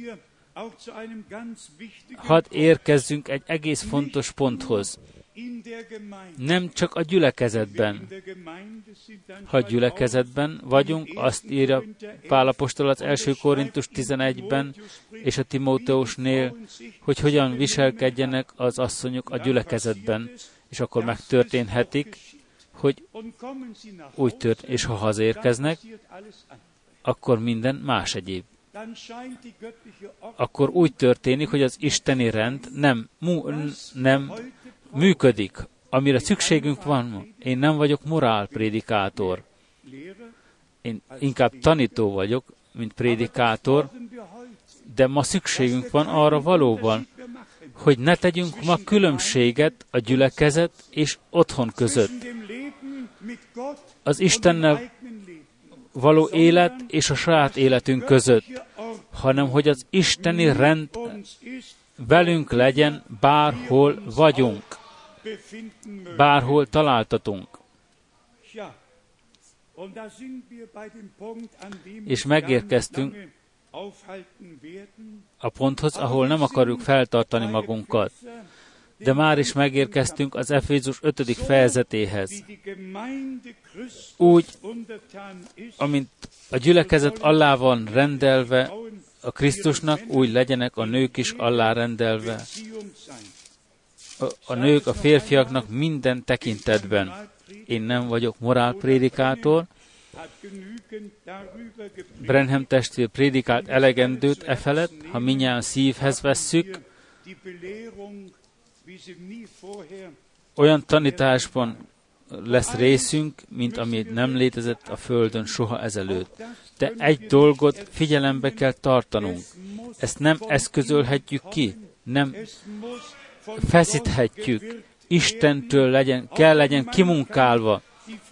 Speaker 1: hadd érkezzünk egy egész fontos ponthoz. Nem csak a gyülekezetben. Ha gyülekezetben vagyunk, azt írja Pál apostol az 1. Korintus 11-ben és a Timóteusnél, hogy hogyan viselkedjenek az asszonyok a gyülekezetben, és akkor megtörténhetik, hogy úgy történik, és ha hazérkeznek, akkor minden más egyéb. Akkor úgy történik, hogy az isteni rend nem működik, amire szükségünk van. Én nem vagyok morálprédikátor. Én inkább tanító vagyok, mint prédikátor, de ma szükségünk van arra valóban, hogy ne tegyünk ma különbséget a gyülekezet és otthon között. Az Istennel való élet és a saját életünk között, hanem hogy az isteni rend velünk legyen, bárhol vagyunk, bárhol találtatunk. És megérkeztünk a ponthoz, ahol nem akarjuk feltartani magunkat. De már is megérkeztünk az Efézus 5. fejezetéhez. Úgy, amint a gyülekezet alá van rendelve a Krisztusnak, úgy legyenek a nők is alárendelve. A nők a férfiaknak minden tekintetben. Én nem vagyok morálprédikátor. Branham testvér prédikált elegendőt efelett, ha mindjárt szívhez vesszük. Olyan tanításban lesz részünk, mint amit nem létezett a Földön soha ezelőtt. De egy dolgot figyelembe kell tartanunk. Ezt nem eszközölhetjük ki, nem feszíthetjük. Istentől kell legyen kimunkálva.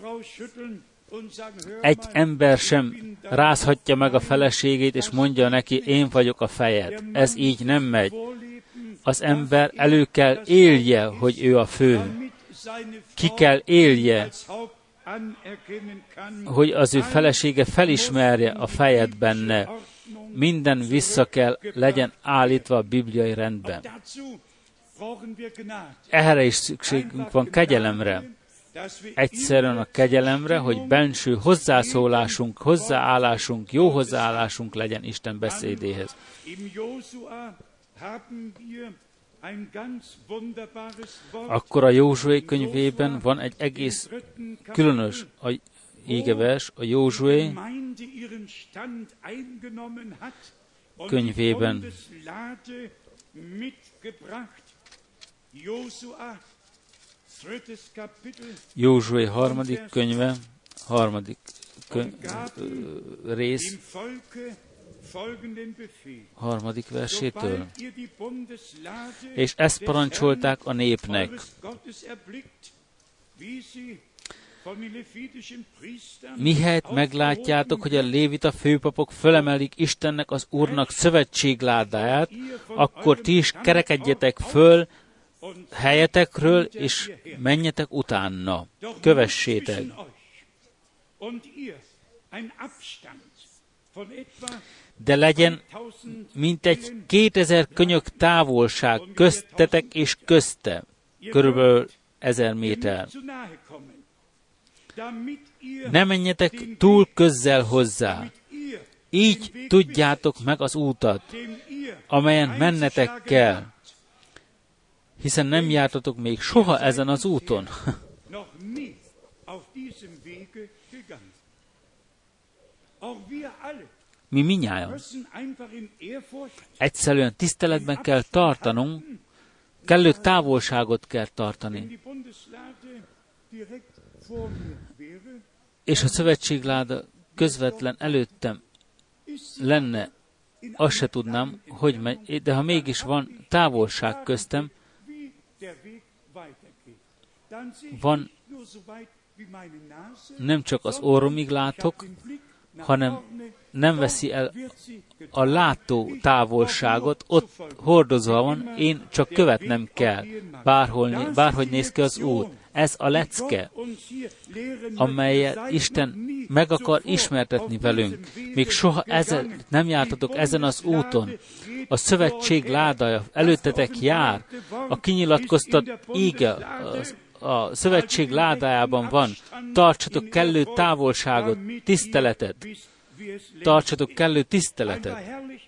Speaker 1: Egy ember sem rázhatja meg a feleségét, és mondja neki, én vagyok a fejed. Ez így nem megy. Az ember elő kell élje, hogy ő a fő. Ki kell élje, hogy az ő felesége felismerje a fejet benne. Minden vissza kell legyen állítva a bibliai rendben. Erre is szükségünk van kegyelemre. Egyszerűen a kegyelemre, hogy benső hozzászólásunk, hozzáállásunk, jó hozzáállásunk legyen Isten beszédéhez. Akkor a Józsué könyvében van egy egész különös ígevers, a Józsué könyvében. Józsué 3. könyve, 3. rész, 3. versétől. És ezt parancsolták a népnek. Mihelyt meglátjátok, hogy a lévita főpapok fölemelik Istennek az Úrnak szövetségládáját, akkor ti is kerekedjetek föl helyetekről, és menjetek utána. Kövessétek. De legyen mintegy 2000 könyök távolság köztetek és közte, körülbelül 1000 méter. Ne menjetek túl közel hozzá. Így tudjátok meg az útat, amelyen mennetek kell, hiszen nem jártatok még soha ezen az úton. Mi mindnyájan egyszerűen tiszteletben kell tartanunk, kellő távolságot kell tartani. És a szövetségláda közvetlen előttem lenne, azt se tudnám, hogy megy, de ha mégis van távolság köztem, van, nem csak az orromig látok, hanem nem veszi el a látó távolságot, ott hordozva van, én csak követnem kell, bárhogy néz ki az út. Ez a lecke, amelyet Isten meg akar ismertetni velünk. Még soha nem jártatok ezen az úton. A szövetség ládája előttetek jár, a kinyilatkoztat íge a szövetség ládájában van. Tartsatok kellő távolságot, tiszteletet. Tartsatok kellő tiszteletet.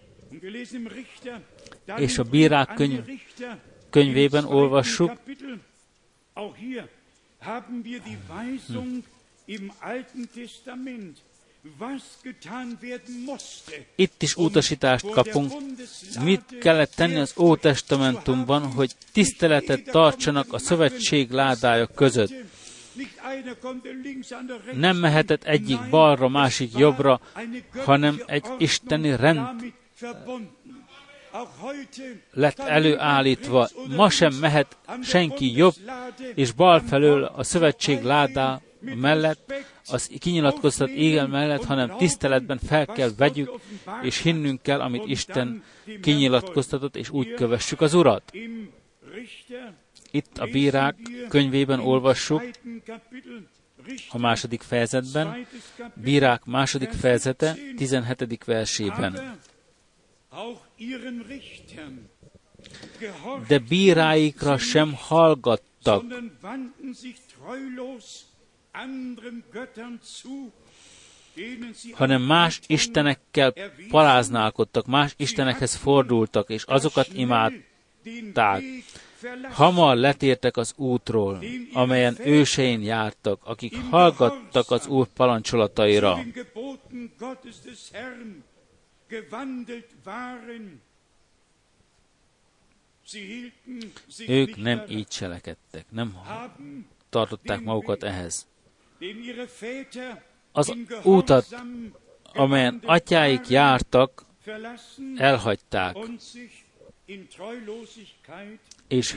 Speaker 1: És a Bírák könyvében olvassuk, itt is utasítást kapunk, mit kellett tenni az Ótestamentumban, hogy tiszteletet tartsanak a szövetség ládája között. Nem mehetett egyik balra, másik jobbra, hanem egy isteni rend lett előállítva. Ma sem mehet senki jobb és bal felől a szövetség ládá mellett, az kinyilatkoztat égen mellett, hanem tiszteletben fel kell vegyük, és hinnünk kell, amit Isten kinyilatkoztatott, és úgy kövessük az Urat. Itt a Bírák könyvében olvassuk, a 2. fejezetben, Bírák 2. fejezete, 17. versében. de bíráikra sem hallgattak, hanem más istenekkel paráználkodtak, más istenekhez fordultak, és azokat imádták. Hamar letértek az útról, amelyen ősein jártak, akik hallgattak az Úr parancsolataira. Ők nem így cselekedtek, nem tartották magukat ehhez. Az útat, amelyen atyáik jártak, elhagyták, és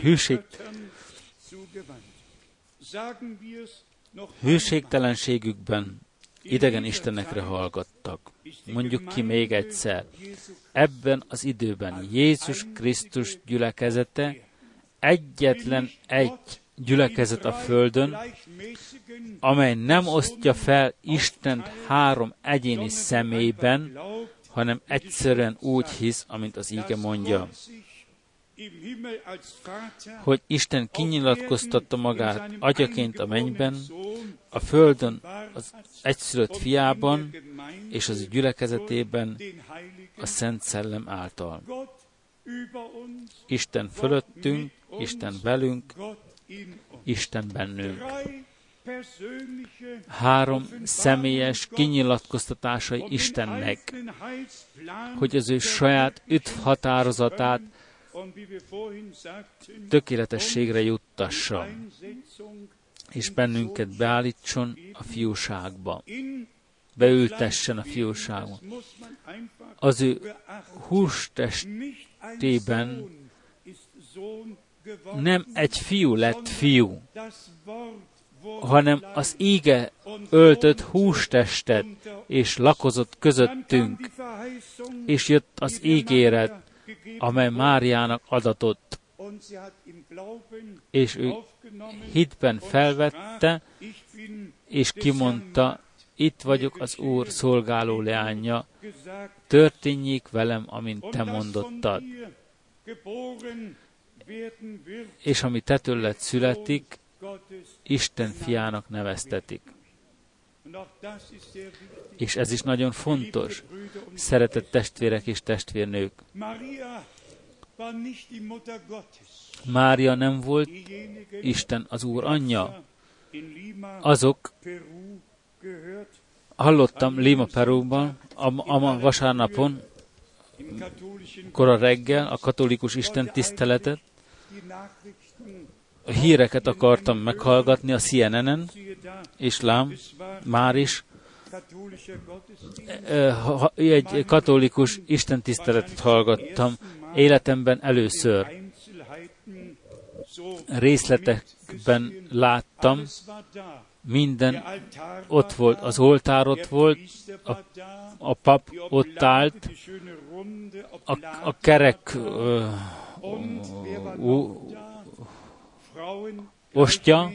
Speaker 1: hűségtelenségükben idegen istenekre hallgattak. Mondjuk ki még egyszer, ebben az időben Jézus Krisztus gyülekezete egyetlen egy gyülekezet a földön, amely nem osztja fel Istent három egyéni személyben, hanem egyszerűen úgy hisz, amint az íge mondja, hogy Isten kinyilatkoztatta magát atyaként a mennyben, a földön az egyszülött fiában, és az gyülekezetében a Szent Szellem által. Isten fölöttünk, Isten velünk, Isten bennünk. Három személyes kinyilatkoztatásai Istennek, hogy az ő saját határozatát tökéletességre juttassa, és bennünket beállítson a fiúságba, beültessen a fiúságba. Az ő hústestében nem egy fiú lett fiú, hanem az íge öltött hústestet, és lakozott közöttünk, és jött az ígéret, amely Máriának adatott, és ő hitben felvette, és kimondta, itt vagyok az Úr szolgáló leánya, történjék velem, amint te mondottad. És ami te tőled születik, Isten fiának neveztetik. És ez is nagyon fontos, szeretett testvérek és testvérnők. Mária nem volt Isten az Úr anyja. Azok, hallottam Lima, Perúban, a vasárnapon, kora reggel, a katolikus Isten tiszteletet, a híreket akartam meghallgatni a CNN-en, és lám, már is egy katolikus istentiszteletet hallgattam életemben először. Részletekben láttam, minden ott volt, az oltár ott volt, a pap ott állt, a kerek ostya,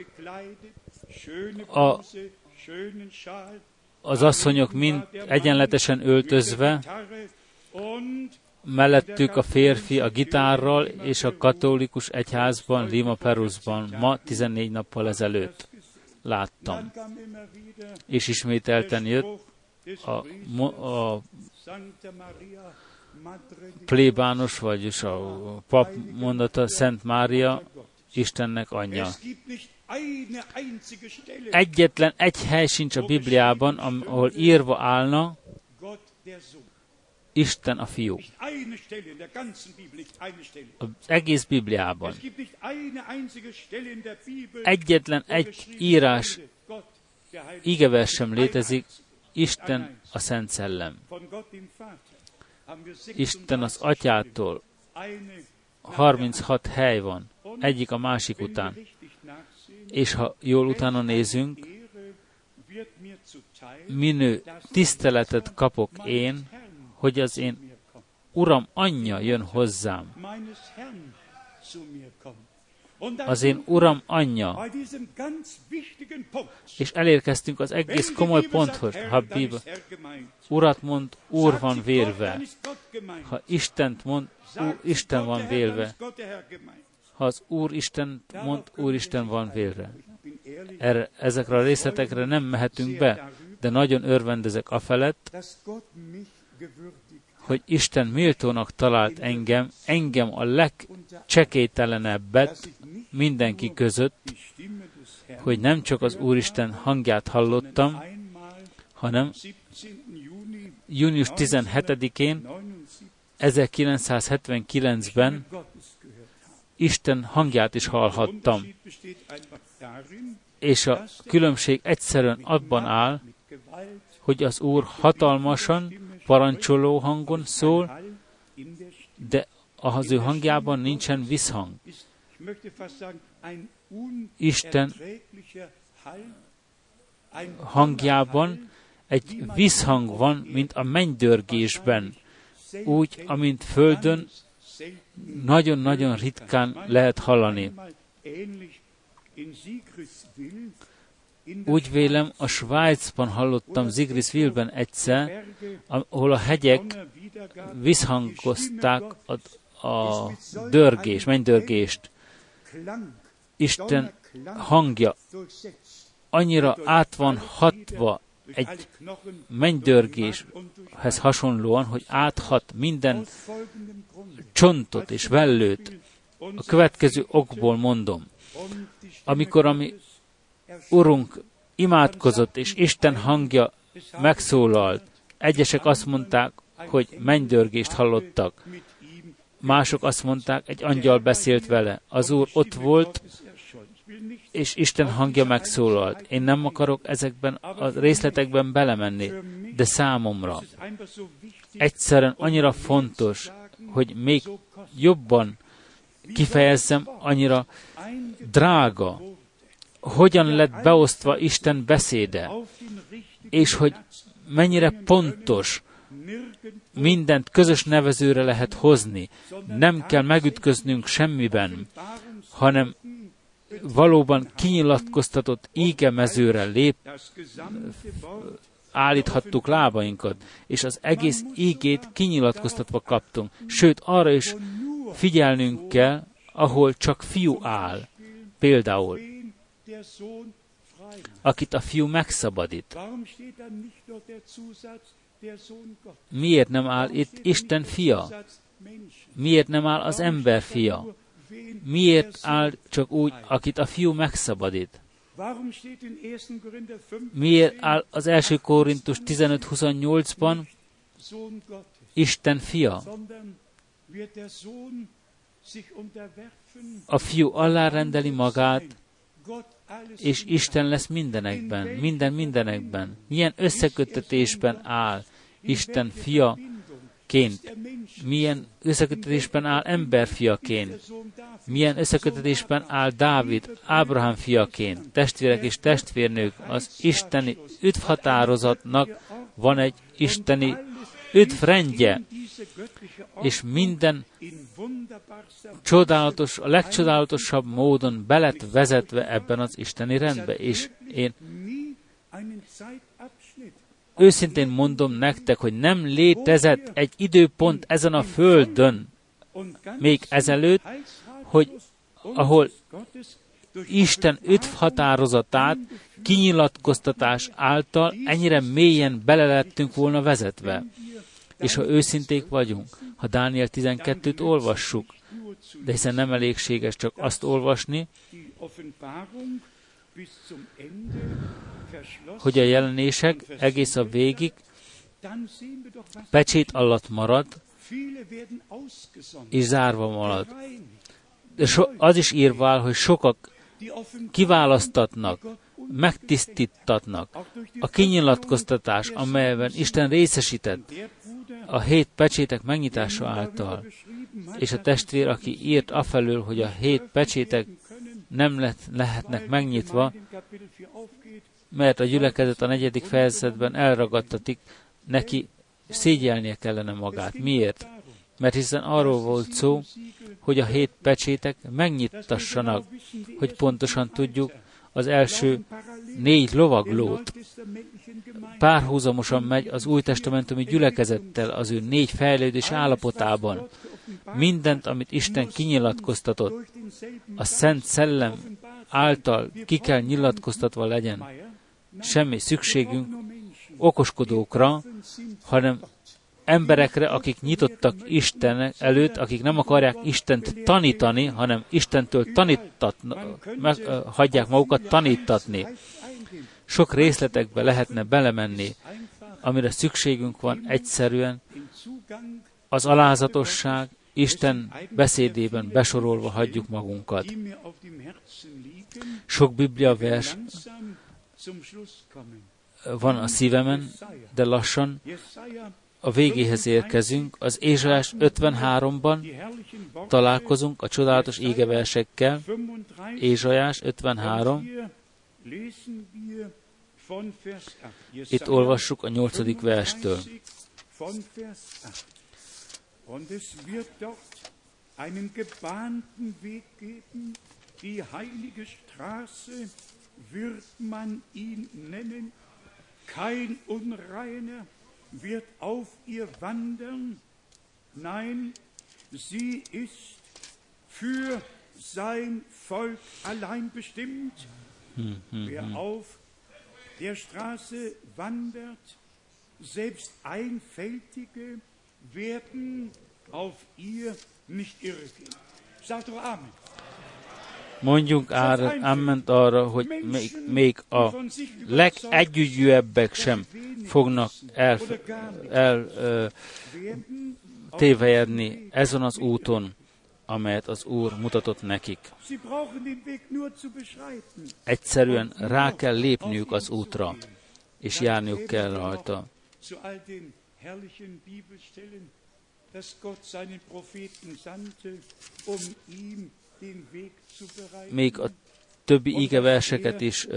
Speaker 1: az asszonyok mind egyenletesen öltözve, mellettük a férfi a gitárral, és a katolikus egyházban, Lima Perusban, ma 14 nappal ezelőtt láttam. És ismételten jött a plébános, vagyis a pap mondata, Szent Mária, Istennek anyja. Egyetlen egy hely sincs a Bibliában, ahol írva állna, Isten a Fiú. Az egész Bibliában. Egyetlen egy írás, igevers sem létezik, Isten a Szent Szellem. Isten az Atyától 36 hely van, egyik a másik után. És ha jól utána nézünk, minő tiszteletet kapok én, hogy az én Uram anyja jön hozzám. az én Uram anyja. És elérkeztünk az egész komoly ponthoz. Ha Biblia Urat mond, Úr van vélve. Ha Istent mond, Isten van vélve. Ha az Úr Istent mond, Úristen van vélve. Ezekre a részletekre nem mehetünk be, de nagyon örvendezek afelett, hogy Isten méltónak talált engem a legcsekélytelenebbet mindenki között, hogy nem csak az Úristen hangját hallottam, hanem június 17-én 1979-ben Isten hangját is hallhattam. És a különbség egyszerűen abban áll, hogy az Úr hatalmasan, parancsoló hangon szól, de az ő hangjában nincsen visszhang. Isten hangjában egy visszhang van, mint a mennydörgésben, úgy, amint földön nagyon-nagyon ritkán lehet hallani. Úgy vélem, a Svájcban hallottam Sigrisville-ben egyszer, ahol a hegyek visszhangozták a mennydörgést. Isten hangja annyira át van hatva egy mennydörgéshez hasonlóan, hogy áthat minden csontot és vellőt. A következő okból mondom. Amikor a mi Urunk imádkozott, és Isten hangja megszólalt, egyesek azt mondták, hogy mennydörgést hallottak. Mások azt mondták, egy angyal beszélt vele. Az Úr ott volt, és Isten hangja megszólalt. Én nem akarok ezekben a részletekben belemenni, de számomra egyszerűen annyira fontos, hogy még jobban kifejezzem, annyira drága, hogyan lett beosztva Isten beszéde, és hogy mennyire pontos, mindent közös nevezőre lehet hozni. Nem kell megütköznünk semmiben, hanem valóban kinyilatkoztatott ígemezőre állíthattuk lábainkat, és az egész ígét kinyilatkoztatva kaptunk. Sőt, arra is figyelnünk kell, ahol csak fiú áll. Például, akit a fiú megszabadít. Miért nem áll itt Isten fia? Miért nem áll az ember fia? Miért áll csak úgy, akit a fiú megszabadít? Miért áll az 1. Korintus 15:28-ban Isten fia? A fiú alárendeli magát, és Isten lesz mindenekben, mindenekben. Milyen összeköttetésben áll Isten fiaként? Milyen összeköttetésben áll emberfiaként? Milyen összeköttetésben áll Dávid, Ábrahám fiaként? Testvérek és testvérnők, az isteni üdvhatározatnak van egy isteni üdvrendje, és minden csodálatos, a legcsodálatosabb módon be lett vezetve ebben az isteni rendbe. És én őszintén mondom nektek, hogy nem létezett egy időpont ezen a földön, még ezelőtt, ahol Isten üdvhatározatát kinyilatkoztatás által ennyire mélyen bele lettünk volna vezetve. És ha őszinték vagyunk, ha Dániel 12-t olvassuk, de hiszen nem elégséges csak azt olvasni, hogy a jelenések egész a végig pecsét alatt marad, és zárva marad. De az is írva áll, hogy sokak kiválasztatnak, megtisztítatnak. A kinyilatkoztatás, amelyben Isten részesített a 7 pecsétek megnyitása által, és a testvér, aki írt afelől, hogy a 7 pecsétek nem lehetnek megnyitva, mert a gyülekezet a 4. fejezetben elragadtatik, neki szégyelnie kellene magát. Miért? Mert hiszen arról volt szó, hogy a 7 pecsétek megnyittassanak, hogy pontosan tudjuk az első 4 lovaglót. Párhuzamosan megy az új testamentumi gyülekezettel az ő 4 fejlődés állapotában. Mindent, amit Isten kinyilatkoztatott, a Szent Szellem által ki kell nyilatkoztatva legyen. Semmi szükségünk okoskodókra, hanem emberekre, akik nyitottak Isten előtt, akik nem akarják Istent tanítani, hanem Istentől hagyják magukat tanítatni. Sok részletekbe lehetne belemenni, amire szükségünk van egyszerűen az alázatosság, Isten beszédében besorolva hagyjuk magunkat. Sok bibliavers van a szívemen, de lassan a végéhez érkezünk. Az Ézsaiás 53-ban találkozunk a csodálatos égeversekkel. Ézsaiás 53. Itt olvassuk a 8. verstől.
Speaker 2: Und es wird dort einen gebahnten Weg geben, die heilige Straße wird man ihn nennen, kein Unreiner wird auf ihr wandern, nein, sie ist für sein Volk allein bestimmt. Wer auf der Straße wandert, selbst Einfältige werden auf ihr nicht irrgehen. Sagt doch Amen.
Speaker 1: Mondjunk áment arra, hogy még a legegyügyűebbek sem fognak tévejedni ezen az úton, amelyet az Úr mutatott nekik. Egyszerűen rá kell lépniük az útra, és járniuk kell rajta.
Speaker 2: Herrlichen Bibelstellen, dass Gott seinen Propheten sandte, ihm den Weg zu bereiten.
Speaker 1: Még a többi ígeverseket is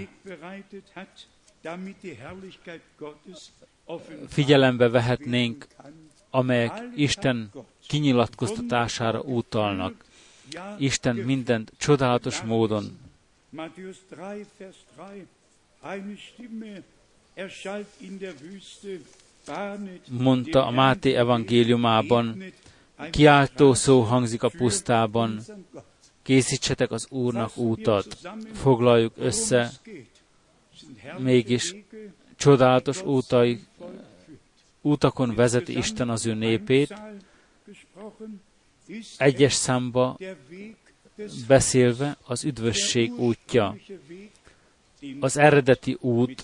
Speaker 1: figyelembe vehetnénk, amelyek Isten kinyilatkoztatására utalnak. Isten mindent csodálatos módon.
Speaker 2: Matthäus 3, Vers 3, eine Stimme erschallt in der Wüste,
Speaker 1: mondta a Máté evangéliumában, kiáltó szó hangzik a pusztában, készítsetek az Úrnak útat. Foglaljuk össze, mégis csodálatos útakon vezeti Isten az ő népét. Egyes számba beszélve az üdvösség útja. Az eredeti út,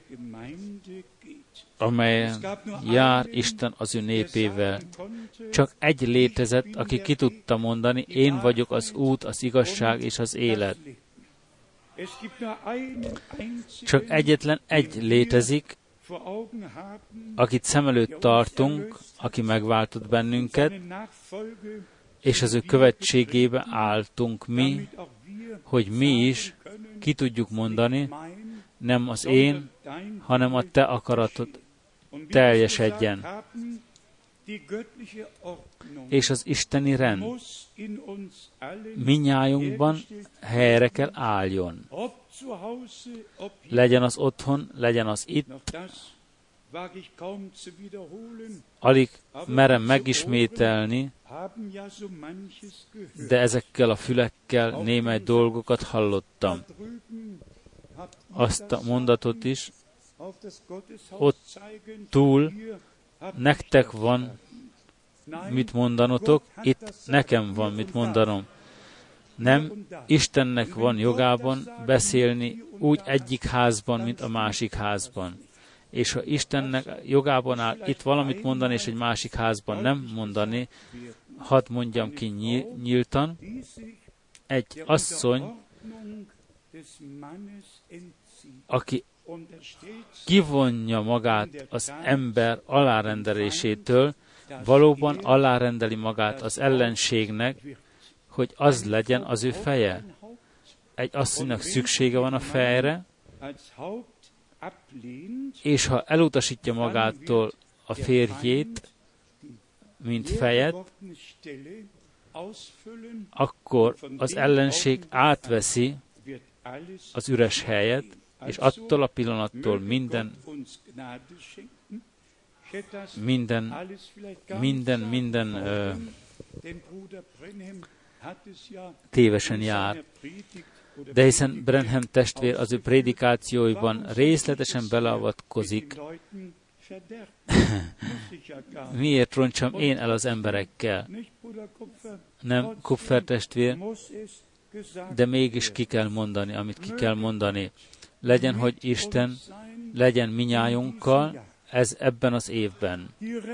Speaker 1: amelyen jár Isten az ő népével. Csak egy létezett, aki ki tudta mondani, én vagyok az út, az igazság és az élet. Csak egyetlen egy létezik, akit szem előtt tartunk, aki megváltott bennünket, és az ő követségébe álltunk mi, hogy mi is ki tudjuk mondani, nem az én, hanem a te akaratod teljesedjen. És az isteni rend minnyájunkban helyre kell álljon. Legyen az otthon, legyen az itt. Alig merem megismételni, de ezekkel a fülekkel némely dolgokat hallottam. Azt a mondatot is, ott túl nektek van mit mondanotok, itt nekem van mit mondanom. Nem, Istennek van jogában beszélni úgy egyik házban, mint a másik házban. És ha Istennek jogában áll itt valamit mondani, és egy másik házban nem mondani, hadd mondjam ki nyíltan, egy asszony, aki kivonja magát az ember alárendelésétől, valóban alárendeli magát az ellenségnek, hogy az legyen az ő feje. Egy asszonynak szüksége van a fejre, és ha elutasítja magától a férjét, mint fejet, akkor az ellenség átveszi az üres helyet, és attól a pillanattól minden tévesen jár. De hiszen Branham testvér az ő prédikációiban részletesen beleavatkozik, miért roncsam én el az emberekkel? Nem, Kupfer testvér, de mégis ki kell mondani, amit ki kell mondani. Legyen, hogy Isten legyen minnyájunkkal ebben az évben.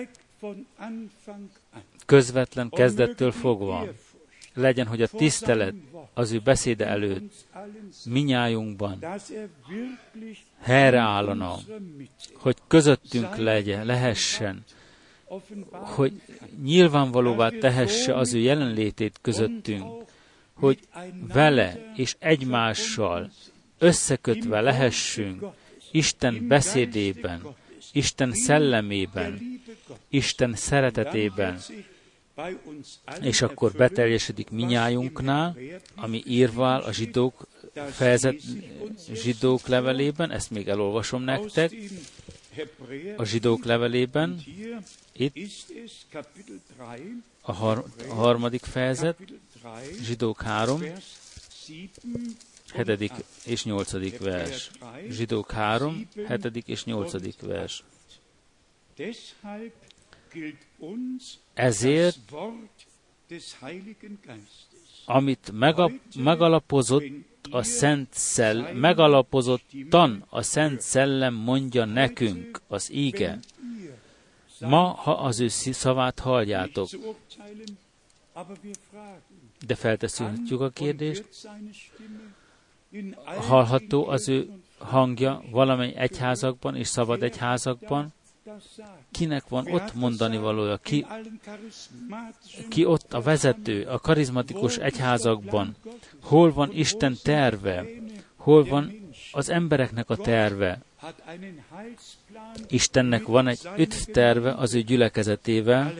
Speaker 1: Közvetlen kezdettől fogva. Legyen, hogy a tisztelet az ő beszéde előtt minnyájunkban helyreállana, hogy közöttünk lehessen, hogy nyilvánvalóvá tehesse az ő jelenlétét közöttünk, hogy vele és egymással összekötve lehessünk Isten beszédében, Isten szellemében, Isten szeretetében, és akkor beteljesedik minnyájunknál, ami írva áll a zsidók levelében, ezt még elolvasom nektek, a zsidók levelében, itt a harmadik fejezet, zsidók 3, 7. és 8. vers. Zsidók 3, 7. és 8. vers. Ezért, amit megalapozottan a Szent Szellem mondja nekünk, az íge, ma, ha az ő szavát halljátok. De feltesszük a kérdést, hallható az ő hangja valamely egyházakban és szabad egyházakban? Kinek van ott mondani valója? Ki ott a vezető, a karizmatikus egyházakban? Hol van Isten terve? Hol van az embereknek a terve? Istennek van egy terve az ő gyülekezetével,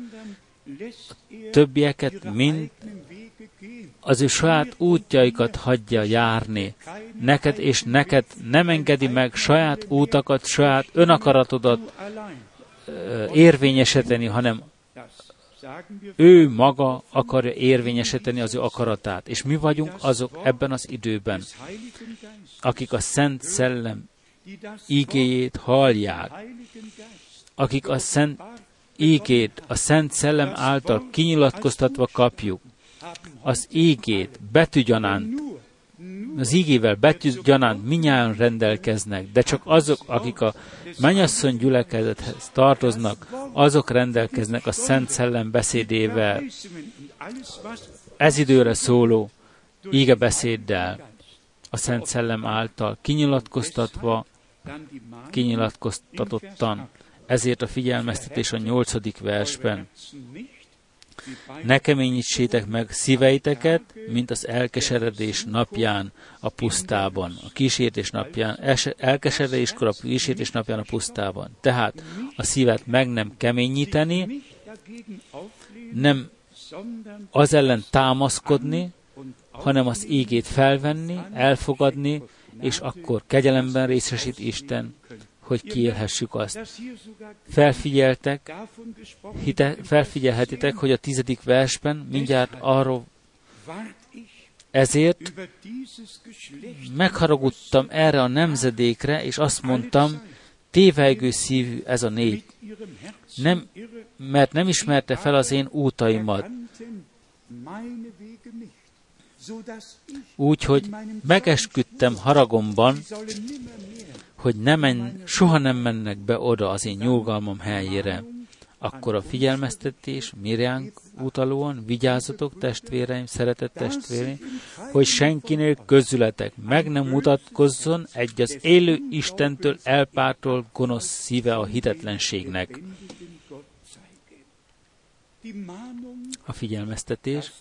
Speaker 1: többieket mind az ő saját útjaikat hagyja járni. Neked nem engedi meg saját útakat, saját önakaratodat érvényesíteni, hanem ő maga akarja érvényesíteni az ő akaratát. És mi vagyunk azok ebben az időben, akik a Szent Szellem ígéjét hallják, akik a Szent ígét a Szent Szellem által kinyilatkoztatva kapjuk. Az ígét betűgyanánt, az ígével betűgyanánt minnyáján rendelkeznek, de csak azok, akik a mennyasszony gyülekezethez tartoznak, azok rendelkeznek a Szent Szellem beszédével, ez időre szóló ígebeszéddel, a Szent Szellem által kinyilatkoztatottan. Ezért a figyelmeztetés a 8. versben. Ne keményítsétek meg szíveiteket, mint az elkeseredés napján a pusztában, a kísértés napján, elkeseredéskor a kísértés napján a pusztában. Tehát a szívet meg nem keményíteni, nem az ellen támaszkodni, hanem az ígét felvenni, elfogadni, és akkor kegyelemben részesít Isten, hogy kiélhessük azt. Felfigyelhetitek, hogy a 10. versben mindjárt arról ezért megharagudtam erre a nemzedékre, és azt mondtam, tévejgő szívű ez a nép, mert nem ismerte fel az én útaimat. Úgyhogy megesküdtem haragomban, hogy soha nem mennek be oda az én nyugalmam helyére. Akkor a figyelmeztetés miránk utalóan, vigyázzatok testvéreim, szeretett testvéreim, hogy senkinél közületek meg nem mutatkozzon egy az élő Istentől elpártolt gonosz szíve a hitetlenségnek. A figyelmeztetés,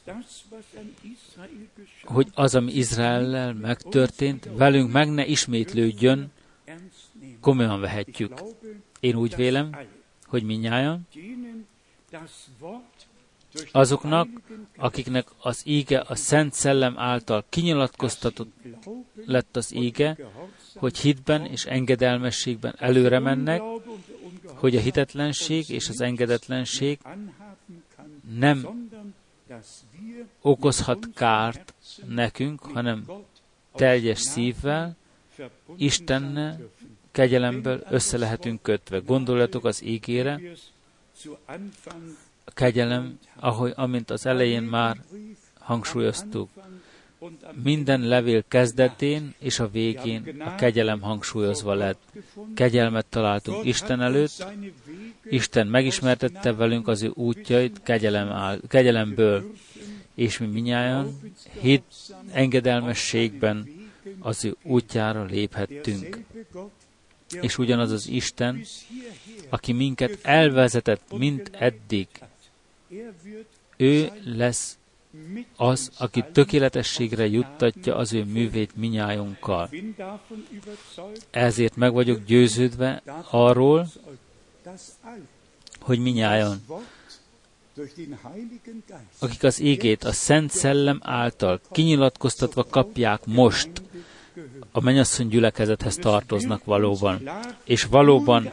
Speaker 1: hogy az, ami Izraellel megtörtént, velünk meg ne ismétlődjön, komolyan vehetjük. Én úgy vélem, hogy mindnyájan, azoknak, akiknek az íge a Szent Szellem által kinyilatkoztatott lett az íge, hogy hitben és engedelmességben előre mennek, hogy a hitetlenség és az engedetlenség nem okozhat kárt nekünk, hanem teljes szívvel, Istennel, kegyelemből össze lehetünk kötve. Gondoljatok az ígére, a kegyelem, amint az elején már hangsúlyoztuk. Minden levél kezdetén és a végén a kegyelem hangsúlyozva lett. Kegyelmet találtunk Isten előtt, Isten megismertette velünk az ő útjait kegyelemből, és mi minnyáján hit engedelmességben az ő útjára léphettünk. És ugyanaz az Isten, aki minket elvezetett mint eddig, ő lesz az, aki tökéletességre juttatja az ő művét minnyájunkkal. Ezért meg vagyok győződve arról, hogy minnyájan, akik az ígét a Szent Szellem által kinyilatkoztatva kapják most, a mennyasszony gyülekezethez tartoznak valóban. És valóban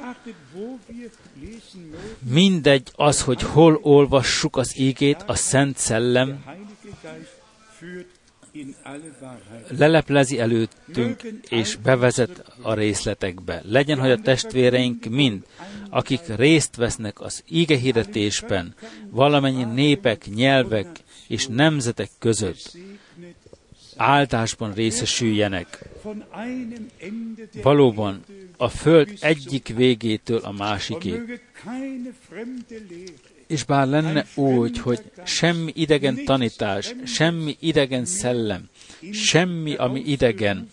Speaker 1: mindegy az, hogy hol olvassuk az ígét, a Szent Szellem leleplezi előttünk, és bevezet a részletekbe. Legyen, hogy a testvéreink mind, akik részt vesznek az ígehirdetésben, valamennyi népek, nyelvek és nemzetek között áldásban részesüljenek. Valóban a föld egyik végétől a másikig. És bár lenne úgy, hogy semmi idegen tanítás, semmi idegen szellem, semmi, ami idegen,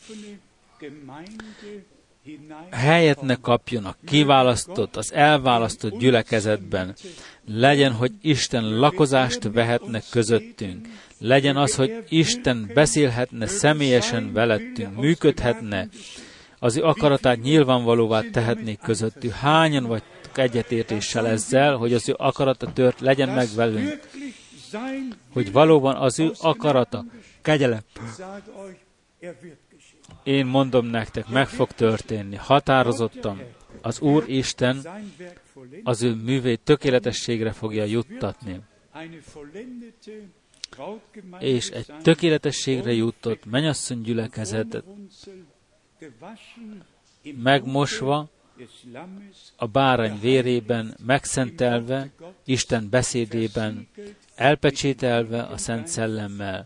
Speaker 1: helyet ne kapjon a kiválasztott, az elválasztott gyülekezetben. Legyen, hogy Isten lakozást vehetne közöttünk. Legyen az, hogy Isten beszélhetne személyesen velettünk, működhetne, az ő akaratát nyilvánvalóvá tehetnék közöttük. Hányan vagytok egyetértéssel ezzel, hogy az ő akarata legyen meg velünk? Hogy valóban az ő akarata, kegyelem. Én mondom nektek, meg fog történni. Határozottan az Úr Isten az ő művét tökéletességre fogja juttatni. És egy tökéletességre jutott mennyasszony gyülekezetet megmosva, a bárány vérében, megszentelve, Isten beszédében, elpecsételve a Szent Szellemmel.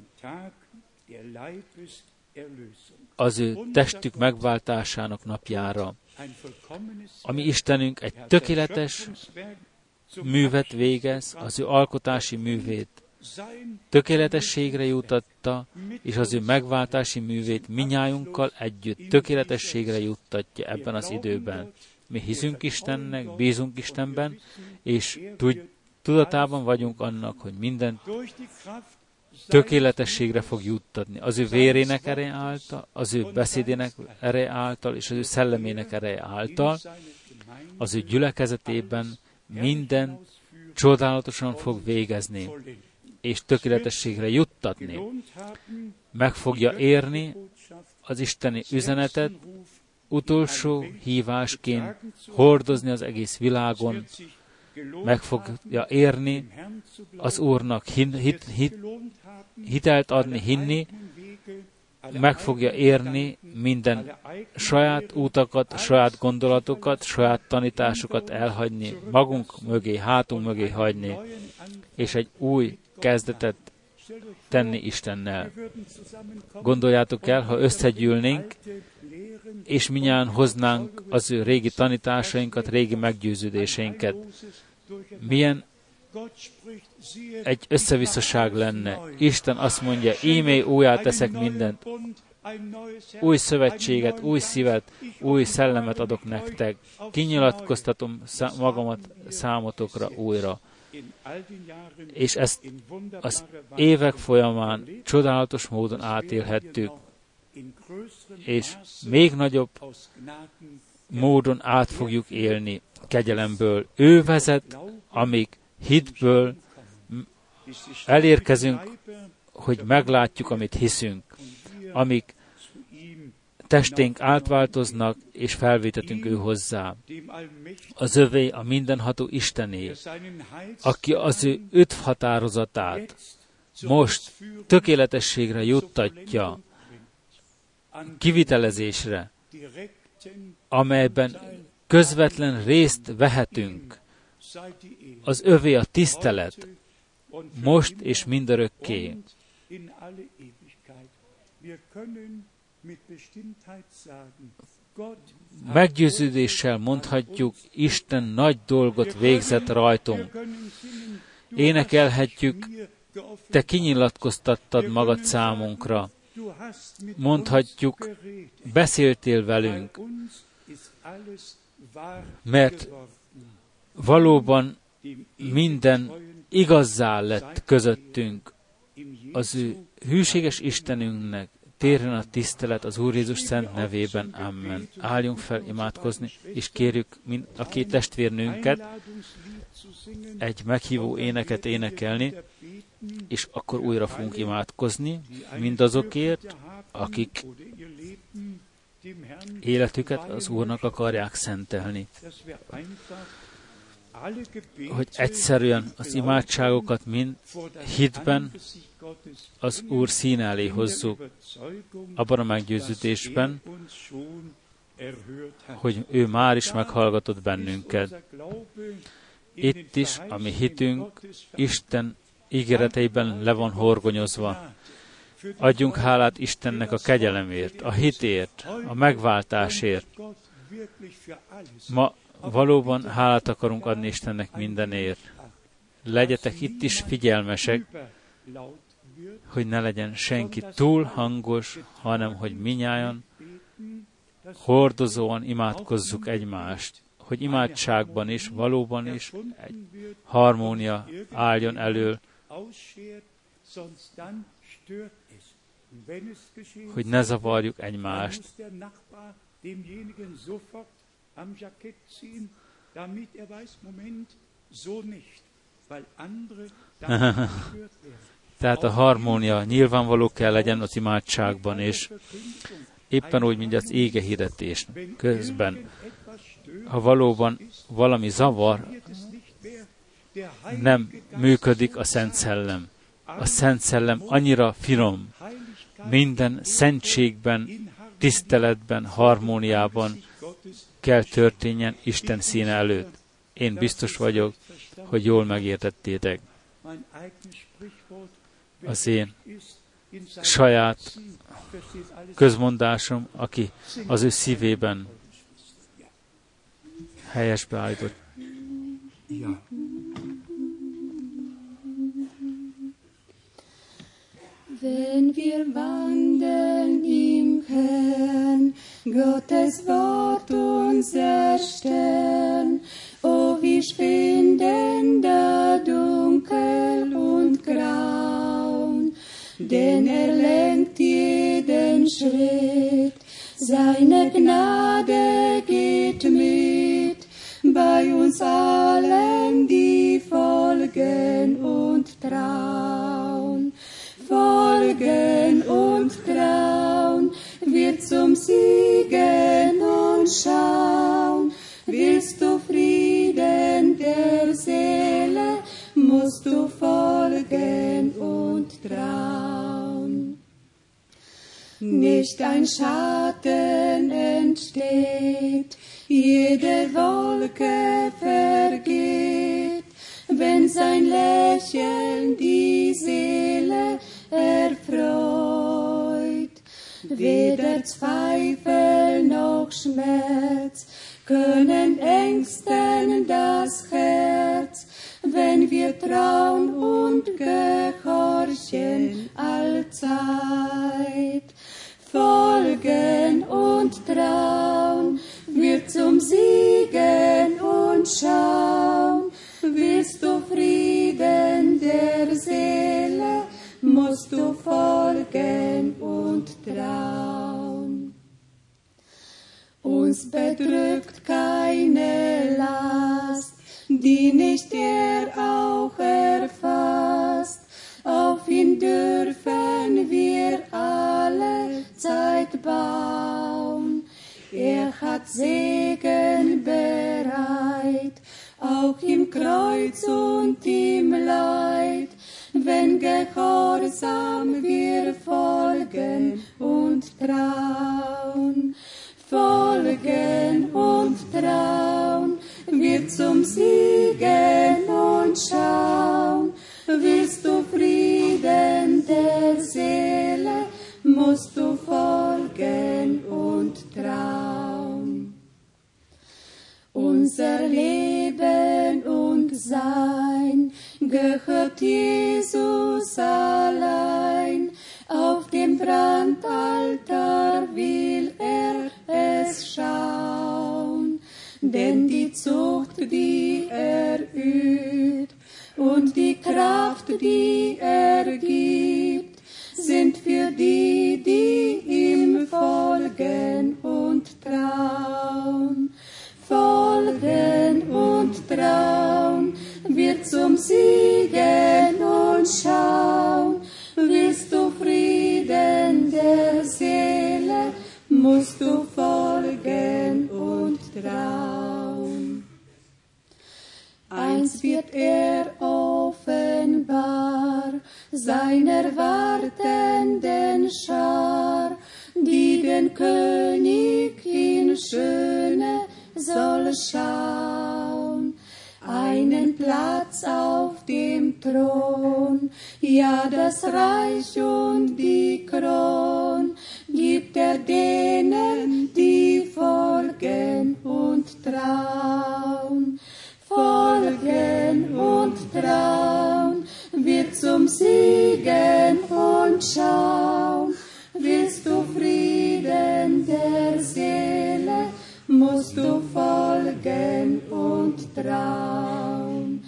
Speaker 1: Az ő testük megváltásának napjára. Ami Istenünk egy tökéletes művet végez, az ő alkotási művét tökéletességre jutatta, és az ő megváltási művét minnyájunkkal együtt tökéletességre juttatja ebben az időben. Mi hiszünk Istennek, bízunk Istenben, és tudatában vagyunk annak, hogy minden tökéletességre fog juttatni. Az ő vérének ereje által, az ő beszédének ereje által, és az ő szellemének ereje által, az ő gyülekezetében minden csodálatosan fog végezni, és tökéletességre juttatni. Meg fogja érni az isteni üzenetet, utolsó hívásként hordozni az egész világon, meg fogja érni az Úrnak hitelt adni, hinni, meg fogja érni minden saját útakat, saját gondolatokat, saját tanításokat elhagyni, magunk mögé, hátunk mögé hagyni, és egy új kezdetet tenni Istennel. Gondoljátok el, ha összegyűlnénk, és mindjárt hoznánk az ő régi tanításainkat, régi meggyőződéseinket. Milyen egy összevisszaság lenne. Isten azt mondja, ímé újjá teszek mindent. Új szövetséget, új szívet, új szellemet adok nektek. Kinyilatkoztatom magamat számotokra újra. És ezt az évek folyamán csodálatos módon átélhettük, és még nagyobb módon át fogjuk élni kegyelemből. Ő vezet, amíg hitből elérkezünk, hogy meglátjuk, amit hiszünk, amik testénk átváltoznak, és felvétetünk ő hozzá. Az övé a mindenható Istené, aki az ő határozatát most tökéletességre juttatja, kivitelezésre, amelyben közvetlen részt vehetünk. Az övé a tisztelet, most és mindörökké. Meggyőződéssel mondhatjuk, Isten nagy dolgot végzett rajtunk. Énekelhetjük, te kinyilatkoztattad magad számunkra. Mondhatjuk, beszéltél velünk, mert valóban minden igazzá lett közöttünk. Az ő hűséges Istenünknek térjen a tisztelet az Úr Jézus szent nevében. Amen. Álljunk fel imádkozni, és kérjük a két testvérnőnket egy meghívó éneket énekelni, és akkor újra fogunk imádkozni mindazokért, akik életüket az Úrnak akarják szentelni. Hogy egyszerűen az imádságokat mind hitben az Úr színe elé hozzuk, abban a meggyőződésben, hogy ő már is meghallgatott bennünket. Itt is, a mi hitünk Isten ígéreteiben le van horgonyozva. Adjunk hálát Istennek a kegyelemért, a hitért, a megváltásért. Ma valóban hálát akarunk adni Istennek mindenért. Legyetek itt is figyelmesek, hogy ne legyen senki túl hangos, hanem hogy minnyájan hordozóan imádkozzuk egymást, hogy imádságban is, valóban is egy harmónia álljon elő, hogy ne zavarjuk egymást. Tehát a harmónia nyilvánvaló kell legyen az imádságban, és éppen úgy, mint az ége hirdetés közben. Ha valóban valami zavar, nem működik a Szent Szellem. A Szent Szellem annyira finom, minden szentségben, tiszteletben, harmóniában kell történjen Isten színe előtt. Én biztos vagyok, hogy jól megértettétek. Az én saját közmondásom, aki az ő szívében helyesbe állított.
Speaker 3: Wenn wir wandeln im Herrn, Gottes Wort unser Stern, o wie schwinden da dunkel und graun, denn lenkt jeden Schritt, seine Gnade geht mit, bei uns allen, die folgen und trauen. Folgen und trauen, wird zum Siegen und schauen. Willst du Frieden der Seele, musst du folgen und trauen. Nicht ein Schatten entsteht, jede Wolke vergeht, wenn sein Lächeln die Seele erfreut. Weder Zweifel noch Schmerz können ängsten das Herz, wenn wir trauen und gehorchen allzeit. Folgen und trauen, wird zum Siegen und schauen. Willst du Frieden der Seele, musst du folgen und trauen. Uns bedrückt keine Last, die nicht er Kreuz und im Leid, wenn gehorsam wir folgen und trauen. Folgen und trauen, wir zum Siegen und schauen. Willst du Frieden der Seele, musst du folgen und trauen. Unser Leben und Sein gehört Jesus allein. Auf dem Brandaltar will er es schauen. Denn die Zucht, die er übt, und die Kraft, die er gibt, sind für die, die ihm folgen und trauen. Folgen und trauen, wir zum Siegen und schauen. Willst du Frieden der Seele, musst du folgen und trauen. Einst wird er offenbar seiner wartenden Schar, die den König in Schöne soll schauen. Einen Platz auf dem Thron, ja das Reich und die Kron, gibt er denen, die folgen und trauen. Folgen und trauen, wir zum Siegen und schauen. Willst du Frieden der Seele, musst du folgen und trauen.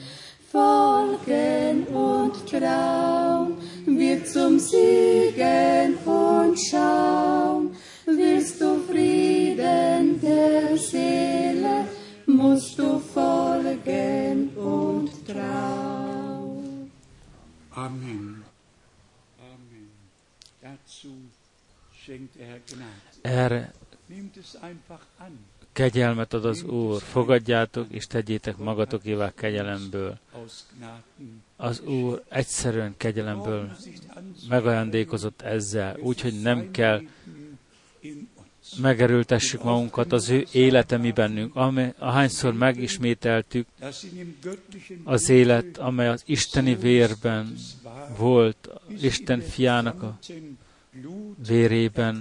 Speaker 3: Folgen und trauen, wir zum Siegen und schauen. Willst du Frieden der Seele, musst du folgen und trauen.
Speaker 2: Amen. Amen. Dazu schenkt er Gnade.
Speaker 1: Erre
Speaker 2: Nehmt es einfach an.
Speaker 1: kegyelmet ad az Úr, fogadjátok és tegyétek magatokévá kegyelemből. Az Úr egyszerűen kegyelemből megajándékozott ezzel, úgyhogy nem kell megerőltessük magunkat az ő élete mi bennünk, ahányszor megismételtük az élet, amely az isteni vérben volt, Isten fiának a vérében,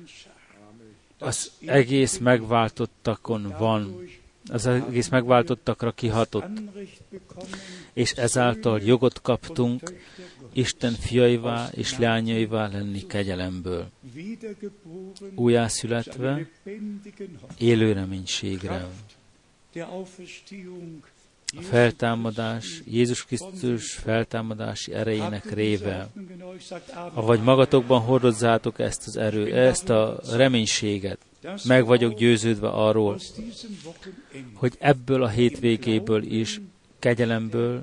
Speaker 1: az egész megváltottakon van, az egész megváltottakra kihatott, és ezáltal jogot kaptunk Isten fiaivá és leányaivá lenni kegyelemből, újjászületve élő reménységre. A feltámadás, Jézus Krisztus feltámadási erejének réve. Avagy magatokban hordozzátok ezt a reménységet, meg vagyok győződve arról, hogy ebből a hétvégéből is, kegyelemből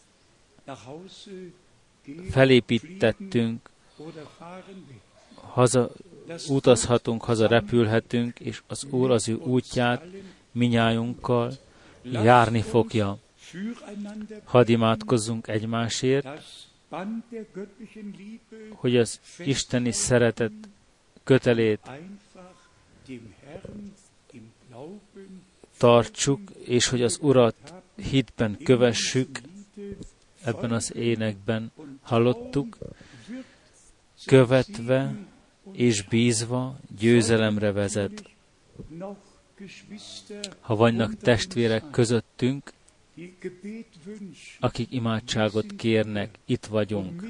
Speaker 1: felépítettünk, haza utazhatunk, haza repülhetünk, és az Úr az ő útját minnyájunkkal járni fogja. Hadd imádkozzunk egymásért, hogy az isteni szeretet kötelét tartsuk, és hogy az Urat hitben kövessük, ebben az énekben hallottuk, követve és bízva győzelemre vezet. Ha vannak testvérek közöttünk, akik imádságot kérnek, itt vagyunk,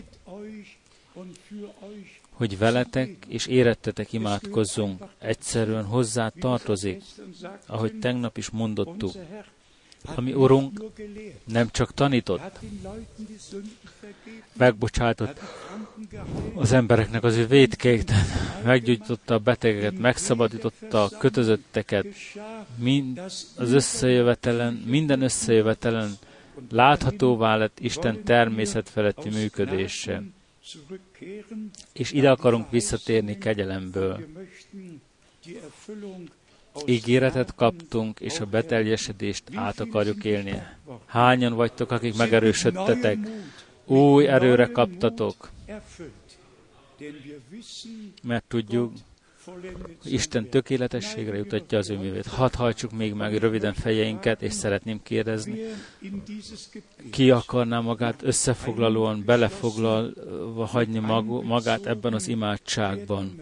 Speaker 1: hogy veletek és érettetek imádkozzunk. Egyszerűen hozzá tartozik, ahogy tegnap is mondottuk. A mi Urunk nem csak tanított, megbocsátott az embereknek az ő vétkeit, meggyógyította a betegeket, megszabadította a kötözötteket, minden összejövetelen láthatóvá lett Isten természetfeletti működése. És ide akarunk visszatérni kegyelemből. ígéretet kaptunk, és a beteljesedést át akarjuk élni. Hányan vagytok, akik megerősödtetek, új erőre kaptatok, mert tudjuk, Isten tökéletességre jutatja az ő művét. Hadd hajtsuk még meg röviden fejeinket, és szeretném kérdezni, ki akarná magát összefoglalóan, belefoglalva hagyni magát ebben az imádságban.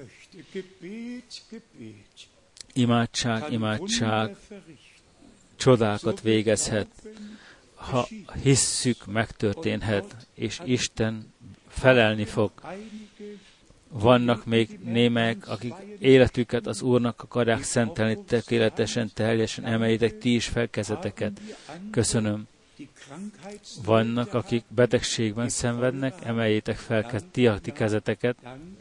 Speaker 1: Imádság csodákat végezhet. Ha hisszük, megtörténhet, és Isten felelni fog. Vannak még némelyek, akik életüket az Úrnak akarják szentelni, tökéletesen, teljesen emeljétek ti is fel kezeteket. Köszönöm. Vannak, akik betegségben szenvednek, emeljétek fel ti kezeteket.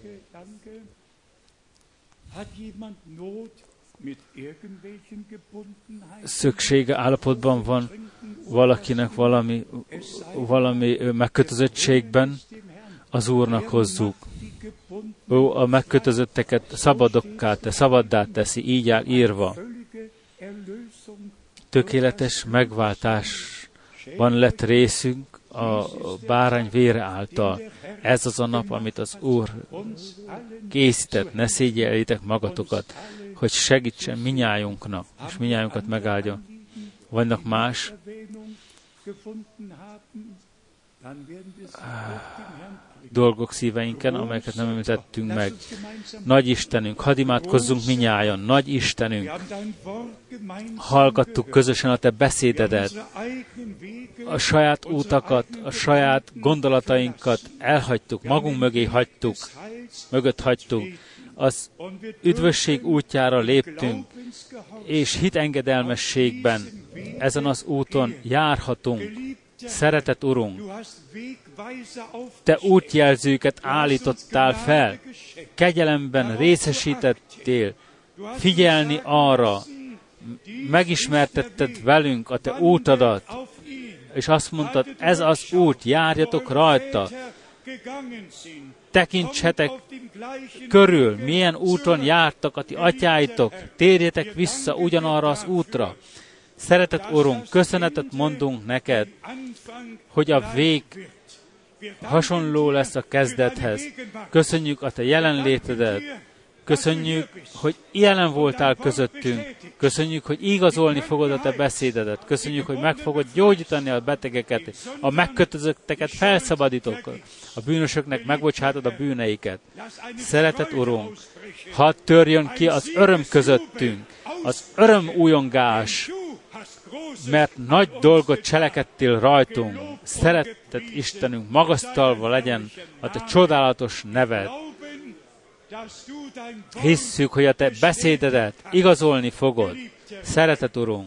Speaker 1: Szüksége állapotban van valakinek valami megkötözöttségben, az Úrnak hozzuk. Ő a megkötözötteket szabaddá teszi, így áll írva. Tökéletes megváltásban lett részünk a bárány vére által. Ez az a nap, amit az Úr készített, ne szégyeljétek magatokat, hogy segítsen minnyájunknak, és minnyájunkat megáldja. Vannak más dolgok szíveinken, amelyeket nem említettünk meg. Nagy Istenünk, hadd imádkozzunk minnyájan, nagy Istenünk, hallgattuk közösen a Te beszédedet, a saját útakat, a saját gondolatainkat elhagytuk, magunk mögött hagytuk, az üdvösség útjára léptünk, és hitengedelmességben ezen az úton járhatunk. Szeretett Urunk, Te útjelzőket állítottál fel, kegyelemben részesítettél, figyelni arra, megismertetted velünk a Te útadat, és azt mondtad, ez az út, járjatok rajta, tekintsetek körül, milyen úton jártak a ti atyáitok, térjetek vissza ugyanarra az útra. Szeretett Urunk, köszönetet mondunk neked, hogy a vég hasonló lesz a kezdethez. Köszönjük a Te jelenlétedet. Köszönjük, hogy jelen voltál közöttünk. Köszönjük, hogy igazolni fogod a Te beszédedet. Köszönjük, hogy meg fogod gyógyítani a betegeket, a megkötözötteket felszabadítok, a bűnösöknek megbocsátod a bűneiket. Szeretett Urunk, hadd törjön ki az öröm közöttünk, az öröm újongás, mert nagy dolgot cselekedtél rajtunk. Szeretett Istenünk, magasztalva legyen a Te csodálatos neved. Hisszük, hogy a Te beszédedet igazolni fogod. Szeretett Urunk,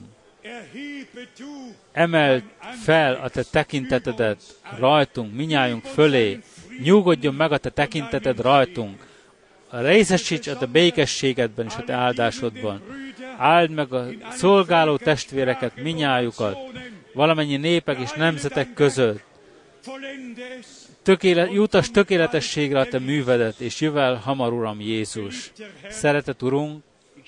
Speaker 1: emeld fel a Te tekintetedet rajtunk, minnyájunk fölé. Nyugodjon meg a Te tekinteted rajtunk. Részesíts a Te békességedben és a Te áldásodban. Áld meg a szolgáló testvéreket, minnyájukat, valamennyi népek és nemzetek között. Jutas tökéletességre a Te művedet, és jöjj el hamar, Uram Jézus. Szeretett Urunk,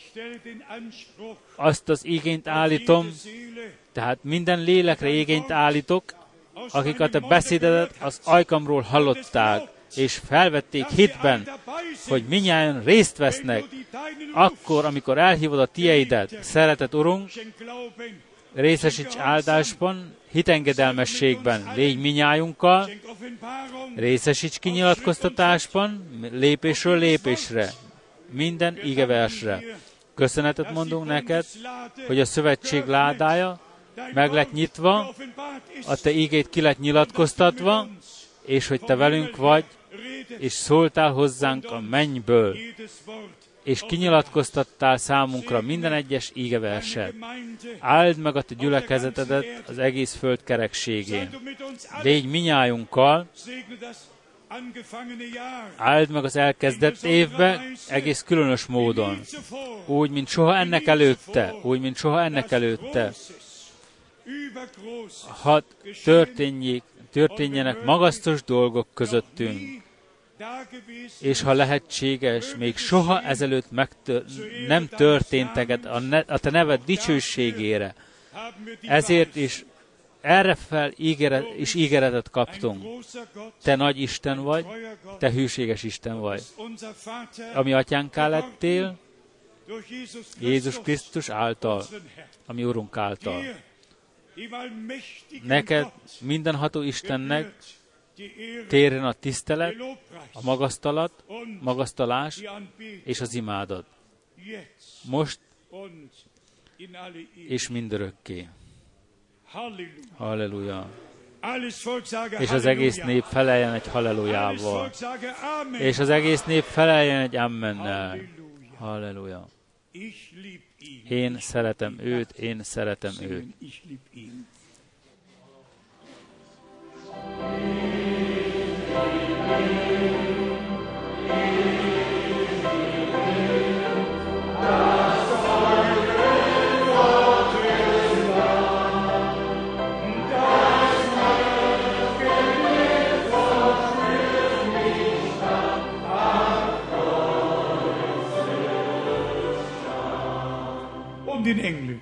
Speaker 1: azt az igényt állítom, tehát minden lélekre igényt állítok, akik a Te beszédedet az ajkamról hallották, és felvették hitben, hogy minnyáján részt vesznek, akkor, amikor elhívod a tieidet. Szeretett Urunk, részesíts áldásban, hitengedelmességben, légy minnyájunkkal, részesíts kinyilatkoztatásban, lépésről lépésre, minden igeversre. Köszönetet mondunk neked, hogy a szövetség ládája meg lett nyitva, a Te igét ki lett nyilatkoztatva, és hogy Te velünk vagy, és szóltál hozzánk a mennyből, és kinyilatkoztattál számunkra minden egyes ígeverset. Áld meg a Te gyülekezetedet az egész föld kerekségén. Légy minnyájunkkal, áld meg az elkezdett évbe egész különös módon, úgy, mint soha ennek előtte, hadd történjenek magasztos dolgok közöttünk. és ha lehetséges, még soha ezelőtt nem történtek a te neved dicsőségére. Ezért is erre fel ígéretet kaptunk. Te nagy Isten vagy, te hűséges Isten vagy. Ami atyánká lettél, Jézus Krisztus által, ami Urunk által. Neked, mindenható Istennek térjen a tisztelet, a magasztalás és az imádat. Most és mindörökké. Halleluja. És az egész nép feleljen egy hallelujával. És az egész nép feleljen egy ammennel. Halleluja. Én szeretem őt, én szeretem őt.
Speaker 2: Und in Englisch.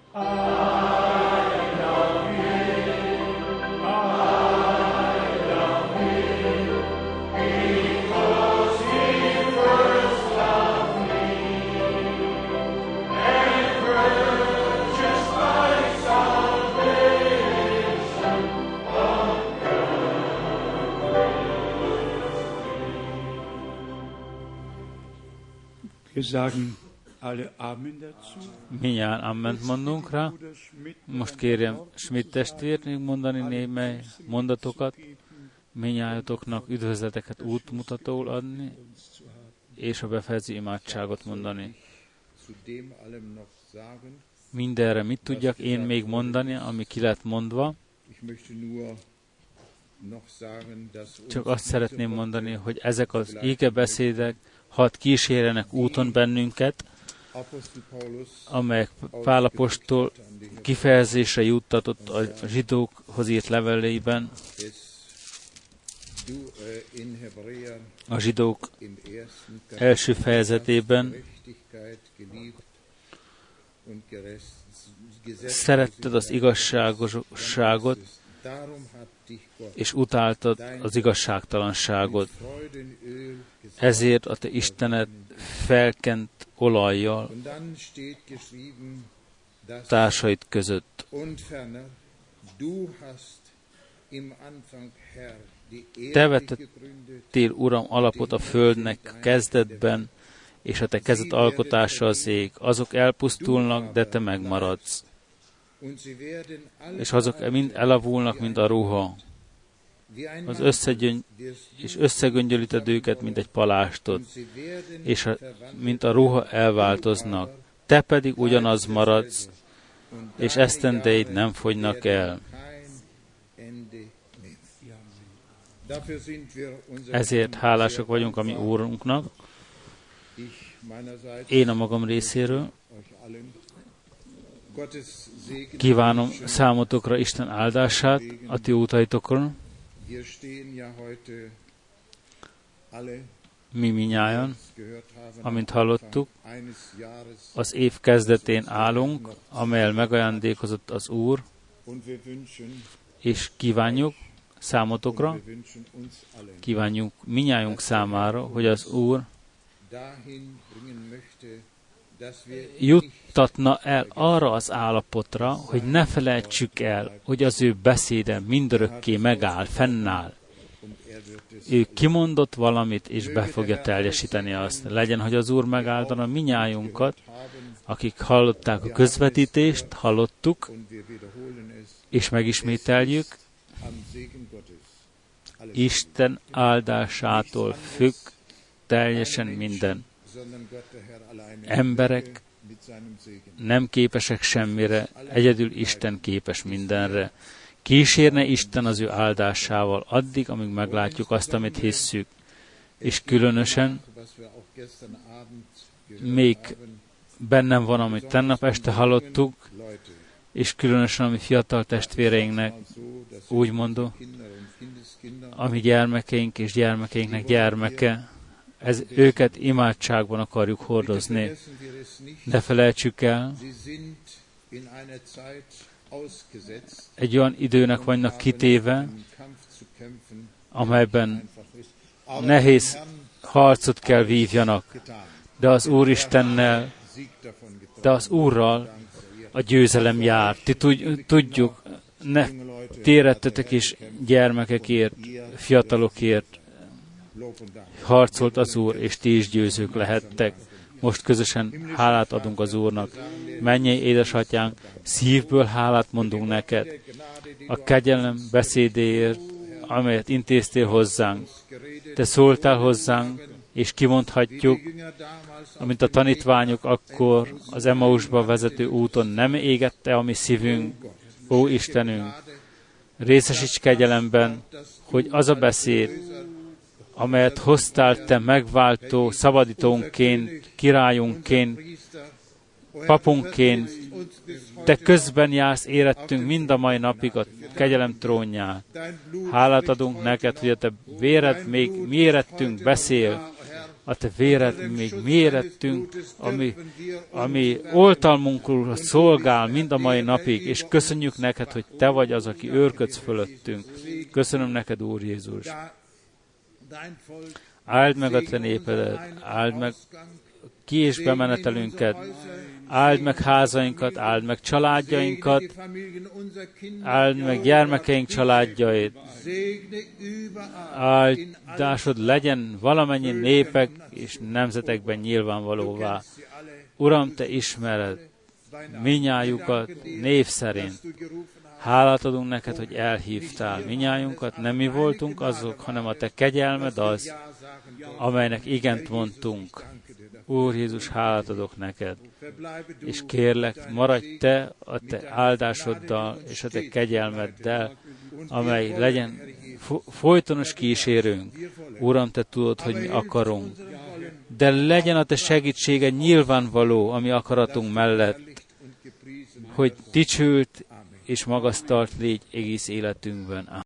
Speaker 2: Wir sagen alle Amen dazu.
Speaker 1: Mindjárt amment mondunk rá. Most kérjem Schmidt testvérnek mondani némely mondatokat, mindnyájatoknak üdvözleteket útmutatóul adni, és a befejező imádságot mondani. Mindenre mit tudjak én még mondani, ami ki lett mondva? Csak azt szeretném mondani, hogy ezek az égebeszédek hadd kísérjenek úton bennünket, amelyek Pál apostol kifejezésre juttatott a zsidókhoz írt leveleiben, a zsidók első fejezetében. Szeretted az igazságosságot, és utáltad az igazságtalanságot. Ezért a te Istened felkent olajjal társait között. Te vetettél, Uram, alapot a földnek kezdetben, és a te kezed alkotása az ég. Azok elpusztulnak, de te megmaradsz. És azok mind elavulnak, mint a ruha. És összegöngyölíted őket, mint egy palástot, és mint a ruha elváltoznak. Te pedig ugyanaz maradsz, és esztendeid nem fogynak el. Ezért hálásak vagyunk a mi Úrunknak. Én a magam részéről kívánom számotokra Isten áldását a ti útaitokon. Mi minnyájan, amint hallottuk, az év kezdetén állunk, amelyel megajándékozott az Úr, és kívánjuk számotokra, kívánjuk minnyájunk számára, hogy az Úr juttatna el arra az állapotra, hogy ne felejtsük el, hogy az ő beszéde mindörökké megáll, fennáll. Ő kimondott valamit, és be fogja teljesíteni azt. Legyen, hogy az Úr megáldana minnyájunkat, akik hallották a közvetítést, hallottuk, és megismételjük. Isten áldásától függ teljesen minden. Emberek nem képesek semmire, egyedül Isten képes mindenre. Kísérne Isten az ő áldásával addig, amíg meglátjuk azt, amit hisszük. És különösen még bennem van, amit tegnap este hallottuk, és különösen a mi fiatal testvéreinknek, úgy mondom, a mi gyermekeink és gyermekeinknek gyermeke, őket imádságban akarjuk hordozni. Ne felejtsük el, egy olyan időnek vannak kitéve, amelyben nehéz harcot kell vívjanak, de az Úristennel, de az Úrral a győzelem jár. Ti tudjuk, ne téredtetek is gyermekekért, fiatalokért harcolt az Úr, és ti is győzők lehettek. Most közösen hálát adunk az Úrnak. Mennyei édesatyánk, szívből hálát mondunk neked a kegyelem beszédéért, amelyet intéztél hozzánk. Te szóltál hozzánk, és kimondhatjuk, amint a tanítványok akkor az Emmausba vezető úton nem égette a mi szívünk, ó Istenünk, részesíts kegyelemben, hogy az a beszéd, amelyet hoztál te megváltó, szabadítónként, királyunkként, papunkként, te közben jársz érettünk mind a mai napig a kegyelem trónján. Hálát adunk neked, hogy a te véred még mi érettünk beszél, a te véred még mi érettünk, ami oltalmunkról szolgál mind a mai napig, és köszönjük neked, hogy te vagy az, aki őrködsz fölöttünk. Köszönöm neked, Úr Jézus. Áld meg a te népedet, áld meg ki- és bemenetelünket, áld meg házainkat, áld meg családjainkat, áld meg gyermekeink családjait, áldásod legyen valamennyi népek és nemzetekben nyilvánvalóvá. Uram, te ismered minnyájukat név szerint. Hálát adunk neked, hogy elhívtál minnyájunkat, nem mi voltunk azok, hanem a te kegyelmed az, amelynek igent mondtunk. Úr Jézus, hálát adok neked, és kérlek, maradj te a te áldásoddal és a te kegyelmeddel, amely legyen folytonos kísérőnk. Uram, te tudod, hogy mi akarunk, de legyen a te segítséged nyilvánvaló a mi akaratunk mellett, hogy dicsőt és magasztalt légy egész életünkben.